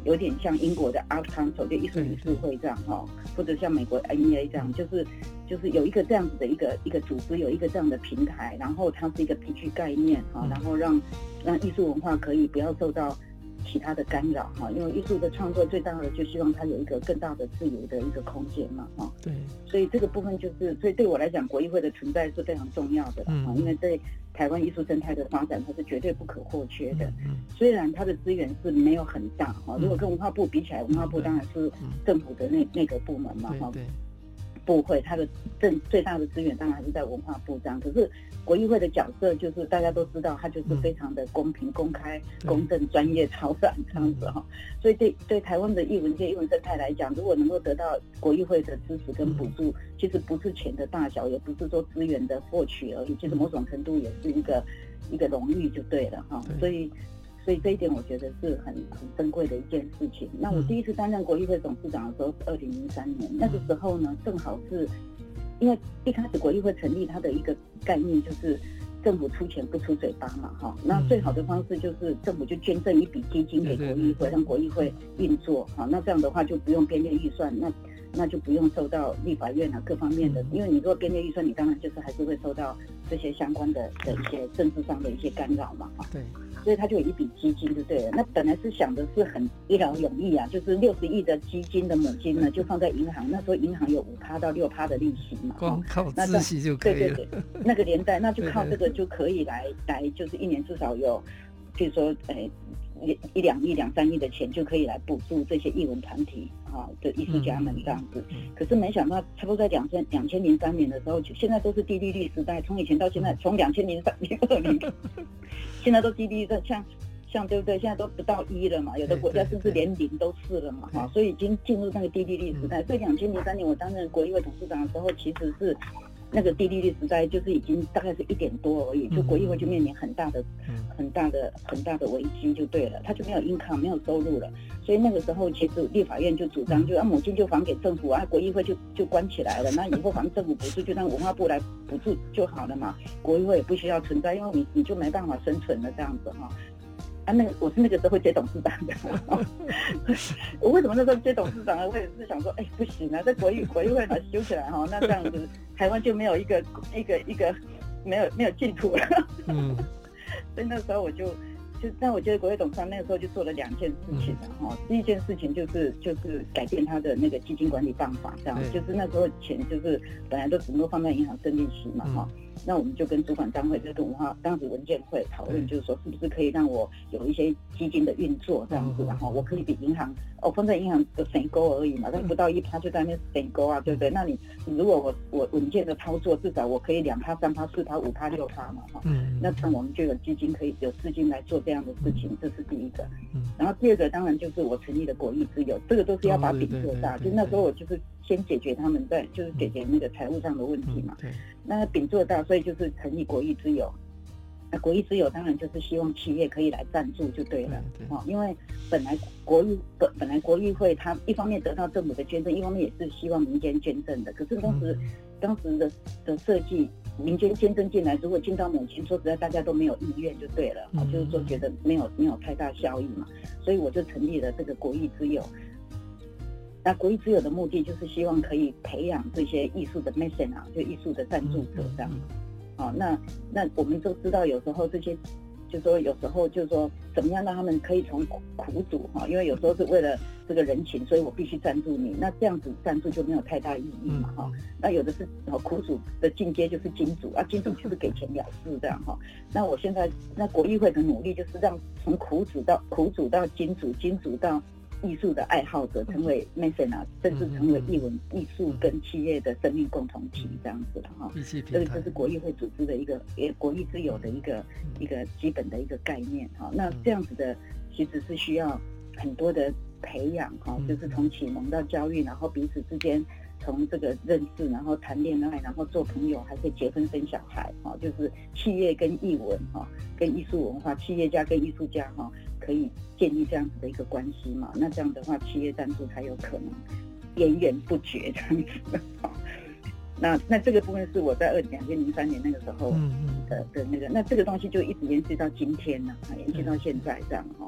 有点像英国的 Art Council 就艺术理事会这样哈，或者像美国 M E A 这样，就是就是有一个这样子的一个一个组织，有一个这样的平台，然后它是一个P G概念哈，然后让让艺术文化可以不要受到其他的干扰哈，因为艺术的创作最大的就希望它有一个更大的自由的一个空间嘛哈。 对， 所以这个部分就是，所以对我来讲，国艺会的存在是非常重要的哈、嗯，因为对台湾艺术生态的发展，它是绝对不可或缺的。嗯、虽然它的资源是没有很大哈，如果跟文化部比起来，文化部当然是政府的那那个部门嘛哈。部会它的正最大的资源当然还是在文化部这样，可是国艺会的角色就是大家都知道，它就是非常的公平、公开、公正、专业、超然这样子哈。所以对对台湾的艺文界、艺文生态来讲，如果能够得到国艺会的支持跟补助，其实不是钱的大小，也不是说资源的获取而已，其实某种程度也是一个一个荣誉就对了哈。所以。所以这一点我觉得是很很珍贵的一件事情。那我第一次担任国艺会董事长的时候是二零零三年，那个时候呢，正好是因为一开始国艺会成立，它的一个概念就是政府出钱不出嘴巴嘛，哈。那最好的方式就是政府就捐赠一笔基金给国艺会，让国艺会运作，好，那这样的话就不用编列预算，那那就不用受到立法院啊各方面的，因为你如果编列预算，你当然就是还是会受到这些相关的的一些政治上的一些干扰嘛，哈。对。所以他就有一笔基金就对了。那本来是想的是很一劳永逸啊，就是六十亿的基金的母金呢，就放在银行。那时候银行有五趴到六趴的利息嘛， 光靠孳息就可以了。 对对对，那个年代那就靠这个就可以来来，就是一年至少有，比如说诶。一一两亿、两三亿的钱就可以来补助这些艺文团体啊的艺术家们这样子。嗯嗯、可是没想到，差不多在两千两千零三年的时候，现在都是低利率时代，从以前到现在，从两千零三零二零，现在都低利率，像像对不对？现在都不到一了嘛，有的国家甚至连零都是了嘛，哈，所以已经进入那个低利率时代。所以两千零三年我担任国艺会董事长的时候，其实是。那个低利率时代就是已经大概是一点多而已，就国艺会就面临很大的、很大的、很大的危机就对了，他就没有 income 没有收入了，所以那个时候其实立法院就主张，就啊母金就还给政府啊，国艺会就就关起来了，那以后反正政府补助就让文化部来补助就好了嘛，国艺会也不需要存在，因为你你就没办法生存了这样子哈。啊，那个我是那个时候会接董事长的，我为什么那时候接董事长呢？我也是想说，哎、欸，不行啊，在国艺国艺会把它修起来哈，那这样子台湾就没有一个一个一个没有没有净土了。嗯，所以那时候我就就，但我觉得国会董事长那个时候就做了两件事情了哈。嗯、第一件事情就是就是改变他的那个基金管理办法，这样就是那时候钱就是本来都只能够放在银行生利息嘛哈。嗯，那我们就跟主管单位，就跟文化当时文建会讨论，就是说是不是可以让我有一些基金的运作这样子，然后我可以比银行哦放在银行的省勾而已嘛，但不到一趴就在那边省勾啊，对不对？那你如果我我稳健的操作，至少我可以两趴、三趴、四趴、五趴、六趴嘛，哈，嗯，那这样我们就有基金可以有资金来做这样的事情，这是第一个。嗯，然后第二个当然就是我成立的国艺之友，这个都是要把饼做大，就那时候我就是先解决他们在就是解决那个财务上的问题嘛，对，那饼做大。所以就是成立国艺之友，那国艺之友当然就是希望企业可以来赞助就对了，对对，因为本来国艺本本来国艺会它一方面得到政府的捐赠，一方面也是希望民间捐赠的。可是当时、嗯、当时的的设计，民间捐赠进来，如果进到母亲，说实在大家都没有意愿就对了，嗯、就是说觉得没有没有太大效益嘛，所以我就成立了这个国艺之友。那国艺之友的目的就是希望可以培养这些艺术的 mecenas 啊，就艺术的赞助者这样。好、哦，那那我们都知道，有时候这些，就说有时候就是说，怎么样让他们可以从苦主哈、哦，因为有时候是为了这个人情，所以我必须赞助你。那这样子赞助就没有太大意义嘛哈、哦。那有的是哦，苦主的进阶就是金主啊，金主就是给钱了事这样哈、哦。那我现在那国艺会的努力就是让从苦主到苦主到金主，金主到艺术的爱好者，成为 mecenas， 甚至成为艺文、艺术跟企业的生命共同体这样子的哈。这个就是国艺会组织的一个，也国艺之友的一个一个基本的一个概念哈。那这样子的其实是需要很多的培养哈，就是从启蒙到教育，然后彼此之间从这个认识，然后谈恋爱，然后做朋友，还可以结婚生小孩哈。就是企业跟艺文哈，跟艺术文化，企业家跟艺术家哈。可以建立这样子的一个关系嘛？那这样的话，企业赞助才有可能源源不绝这样子。那那这个部分是我在二两千零三年那个时候的的那个，那这个东西就一直延续到今天呢、啊，延续到现在这样哈。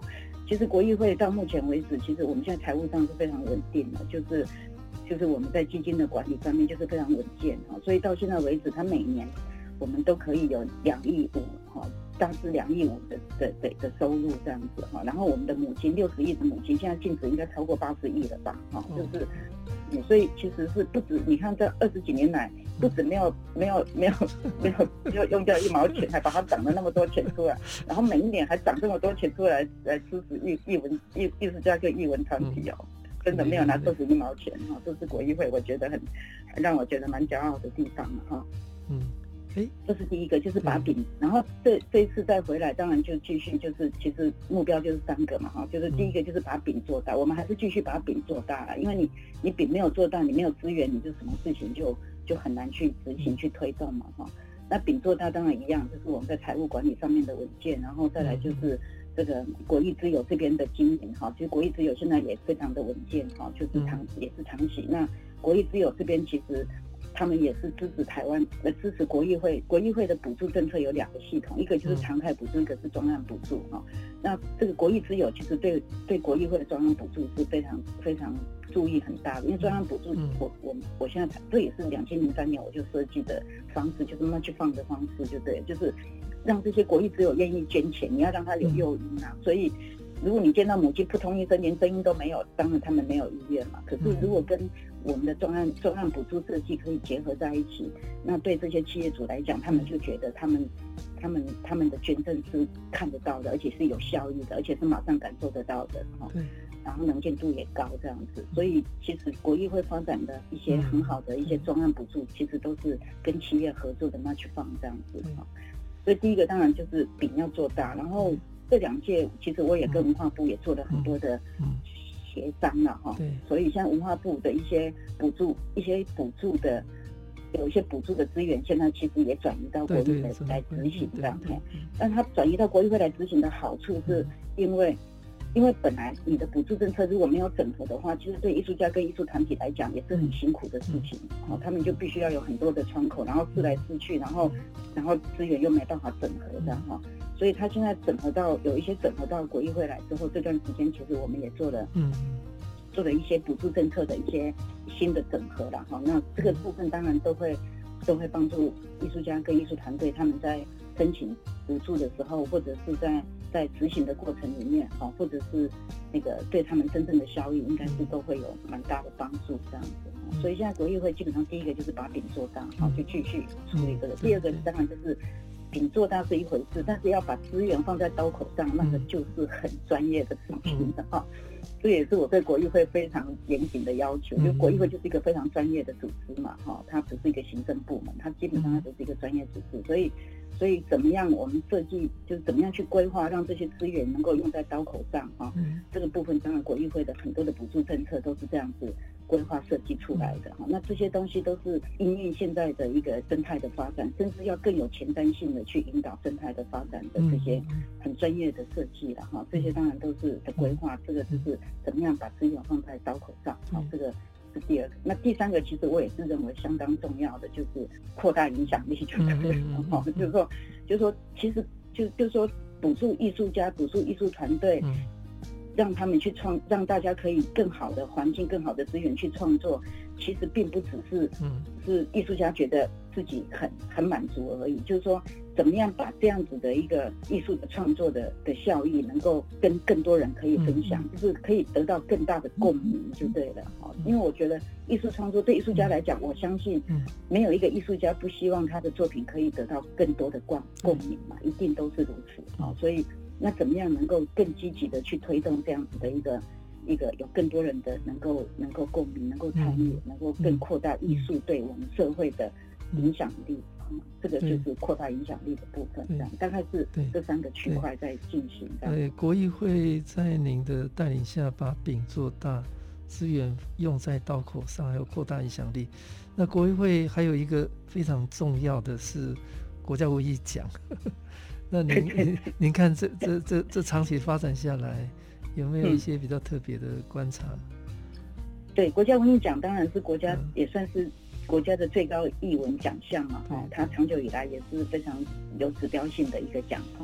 其实国艺会到目前为止，其实我们现在财务上是非常稳定的，就是就是我们在基金的管理上面就是非常稳健哈，所以到现在为止，它每年我们都可以有两亿五哈，大致两亿五的的的的收入这样子哈。然后我们的母亲六十亿的母亲，现在净值应该超过八十亿了吧哈，就是。嗯、所以其实是不止，你看这二十几年来，不止没有没有没有没有没有用掉一毛钱，还把它涨了那么多钱出来，然后每一年还涨这么多钱出来来支持艺艺文艺艺术家跟艺文团体哦，真的没有拿这十一毛钱哈，这是国艺会我觉得很让我觉得蛮骄傲的地方了哈。嗯。哎，这是第一个，就是把饼，嗯、然后这这一次再回来，当然就继续就是其实目标就是三个嘛哈，就是第一个就是把饼做大，我们还是继续把饼做大了，因为你你饼没有做大，你没有资源，你就什么事情就就很难去执行去推动嘛哈。那饼做大当然一样，就是我们在财务管理上面的稳健，然后再来就是这个国艺之友这边的经营哈，其实国艺之友现在也非常的稳健哈，就是长也是长期。那国艺之友这边其实。他们也是支持台湾，呃，支持国艺会。国艺会的补助政策有两个系统，一个就是常态补助，一个是专案补助哈。那这个国艺之友其实对对国艺会的专案补助是非常非常注意很大的，因为专案补助，我我我现在这也是两千零三年我就设计的方式，就是match fund的方式，就对，就是让这些国艺之友愿意捐钱，你要让他有诱因啊，所以。如果你见到母亲不同意生，连声音都没有，当然他们没有意愿嘛。可是如果跟我们的专案专案补助设计可以结合在一起，那对这些企业主来讲，他们就觉得他们他们他们的捐赠是看得到的，而且是有效益的，而且是马上感受得到的哈。然后能见度也高这样子，所以其实国艺会发展的一些很好的一些专案补助，其实都是跟企业合作的 match fund 这样子哈。所以第一个当然就是饼要做大，然后。这两届其实我也跟文化部也做了很多的协商了哈，所以像文化部的一些补助、一些补助的有一些补助的资源，现在其实也转移到国艺会来执行这样。但它转移到国艺会来执行的好处是因为。因为本来你的补助政策如果没有整合的话，其实对艺术家跟艺术团体来讲也是很辛苦的事情。好、哦，他们就必须要有很多的窗口，然后试来试去，然后然后资源又没办法整合的哈。所以他现在整合到有一些整合到国艺会来之后，这段时间其实我们也做了，嗯，做了一些补助政策的一些新的整合了哈。那这个部分当然都会都会帮助艺术家跟艺术团队他们在申请补助的时候，或者是在在执行的过程里面，哈，或者是那个对他们真正的效益，应该是都会有蛮大的帮助这样子。所以现在国艺会基本上第一个就是把饼做大，好，就继续处理这个。第二个当然就是饼做大是一回事，但是要把资源放在刀口上，那个就是很专业的事情的哈。这也是我对国艺会非常严谨的要求，就国艺会就是一个非常专业的组织嘛，哈，它不是一个行政部门，它基本上它就是一个专业组织，所以。所以怎么样我们设计就是怎么样去规划让这些资源能够用在刀口上哈、嗯，这个部分当然国艺会的很多的补助政策都是这样子规划设计出来的哈。那这些东西都是因应现在的一个生态的发展，甚至要更有前瞻性的去引导生态的发展的这些很专业的设计了哈。这些当然都是的规划，这个就是怎么样把资源放在刀口上好，这个。是第二个，那第三个其实我也是认为相当重要的，就是扩大影响力，就对了。哈、嗯，就是说，就是说，其实就就是说，补助艺术家、补助艺术团队，嗯、让他们去创，让大家可以更好的环境、更好的资源去创作，其实并不只是，嗯、是艺术家觉得自己很很满足而已。就是说，怎么样把这样子的一个艺术的创作的的效益，能够跟更多人可以分享，嗯、就是可以得到更大的共鸣，就对了。哈、嗯，因为我觉得艺术创作对艺术家来讲，我相信没有一个艺术家不希望他的作品可以得到更多的共共鸣嘛，一定都是如此。好，所以那怎么样能够更积极的去推动这样子的一个一个有更多人的能够能够共鸣，能够参与，能够更扩大艺术对我们社会的影响力。这个就是扩大影响力的部分，这样大概是这三个区块在进行。 对，国艺会在您的带领下，把饼做大，资源用在刀口上，还有扩大影响力。那国艺会还有一个非常重要的是国家文艺奖。那您您您看这这这这长期发展下来，有没有一些比较特别的观察？ 嗯、对，国家文艺奖当然是国家、嗯、也算是。国家的最高艺文奖项嘛，哈，它长久以来也是非常有指标性的一个奖哈。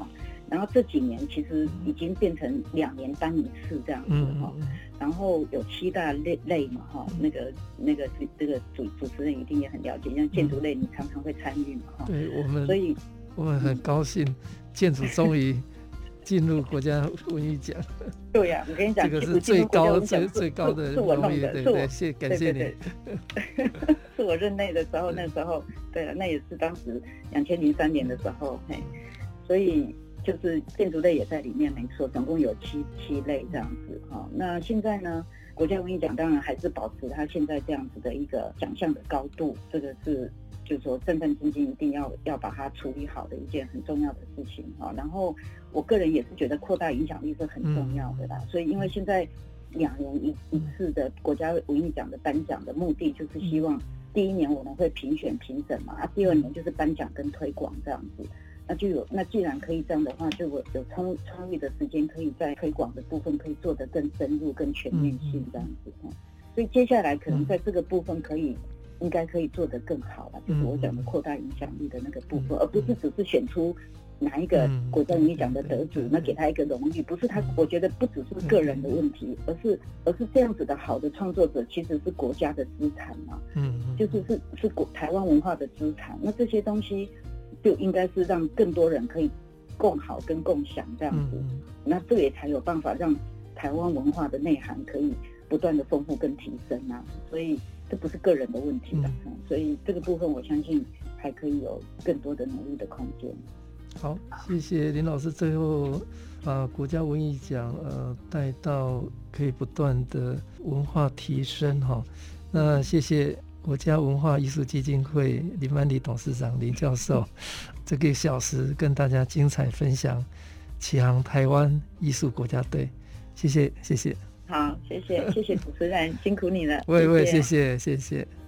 然后这几年其实已经变成两年颁一次这样子哈、嗯，然后有七大类类嘛哈，那个那个这个主主持人一定也很了解，像建筑类你常常会参与嘛哈， 对我们， 所以我们很高兴建筑终于进入国家文艺奖。 对呀、啊，我跟你讲， 这个是最高最最高的荣誉，对对，谢感谢你。 对对对是我任内的时候，那时候对了，那也是当时两千零三年的时候，嘿，所以。就是建筑类也在里面，没错，总共有七七类这样子哈。那现在呢，国家文艺奖当然还是保持它现在这样子的一个奖项的高度，这个是就是说战战兢兢一定要要把它处理好的一件很重要的事情哈。然后我个人也是觉得扩大影响力是很重要的啦，嗯、所以因为现在两年一一次的国家文艺奖的颁奖的目的，就是希望第一年我们会评选评审嘛，啊，第二年就是颁奖跟推广这样子。那就有，那既然可以这样的话，就有有充充裕的时间，可以在推广的部分可以做得更深入、更全面性这样子。嗯、所以接下来可能在这个部分可以，嗯、应该可以做得更好了，就是我讲的扩大影响力的那个部分，嗯、而不是只是选出哪一个国家文艺奖的得主，嗯、那给他一个荣誉，不是他，我觉得不只是个人的问题，而是而是这样子的好的创作者其实是国家的资产嘛，嗯，就是是是国台湾文化的资产，那这些东西。就应该是让更多人可以共好跟共享这样子，嗯、那这也才有办法让台湾文化的内涵可以不断的丰富跟提升啊。所以这不是个人的问题了，嗯、所以这个部分我相信还可以有更多的努力的空间。 好，谢谢林老师，最后把国家文艺奖呃带到可以不断的文化提升哈。那谢谢。国家文化艺术基金会林曼丽董事长林教授，这个小时跟大家精彩分享启航台湾艺术国家队，谢谢谢谢。 好，谢谢谢谢主持人，辛苦你了。 喂喂，谢谢谢谢。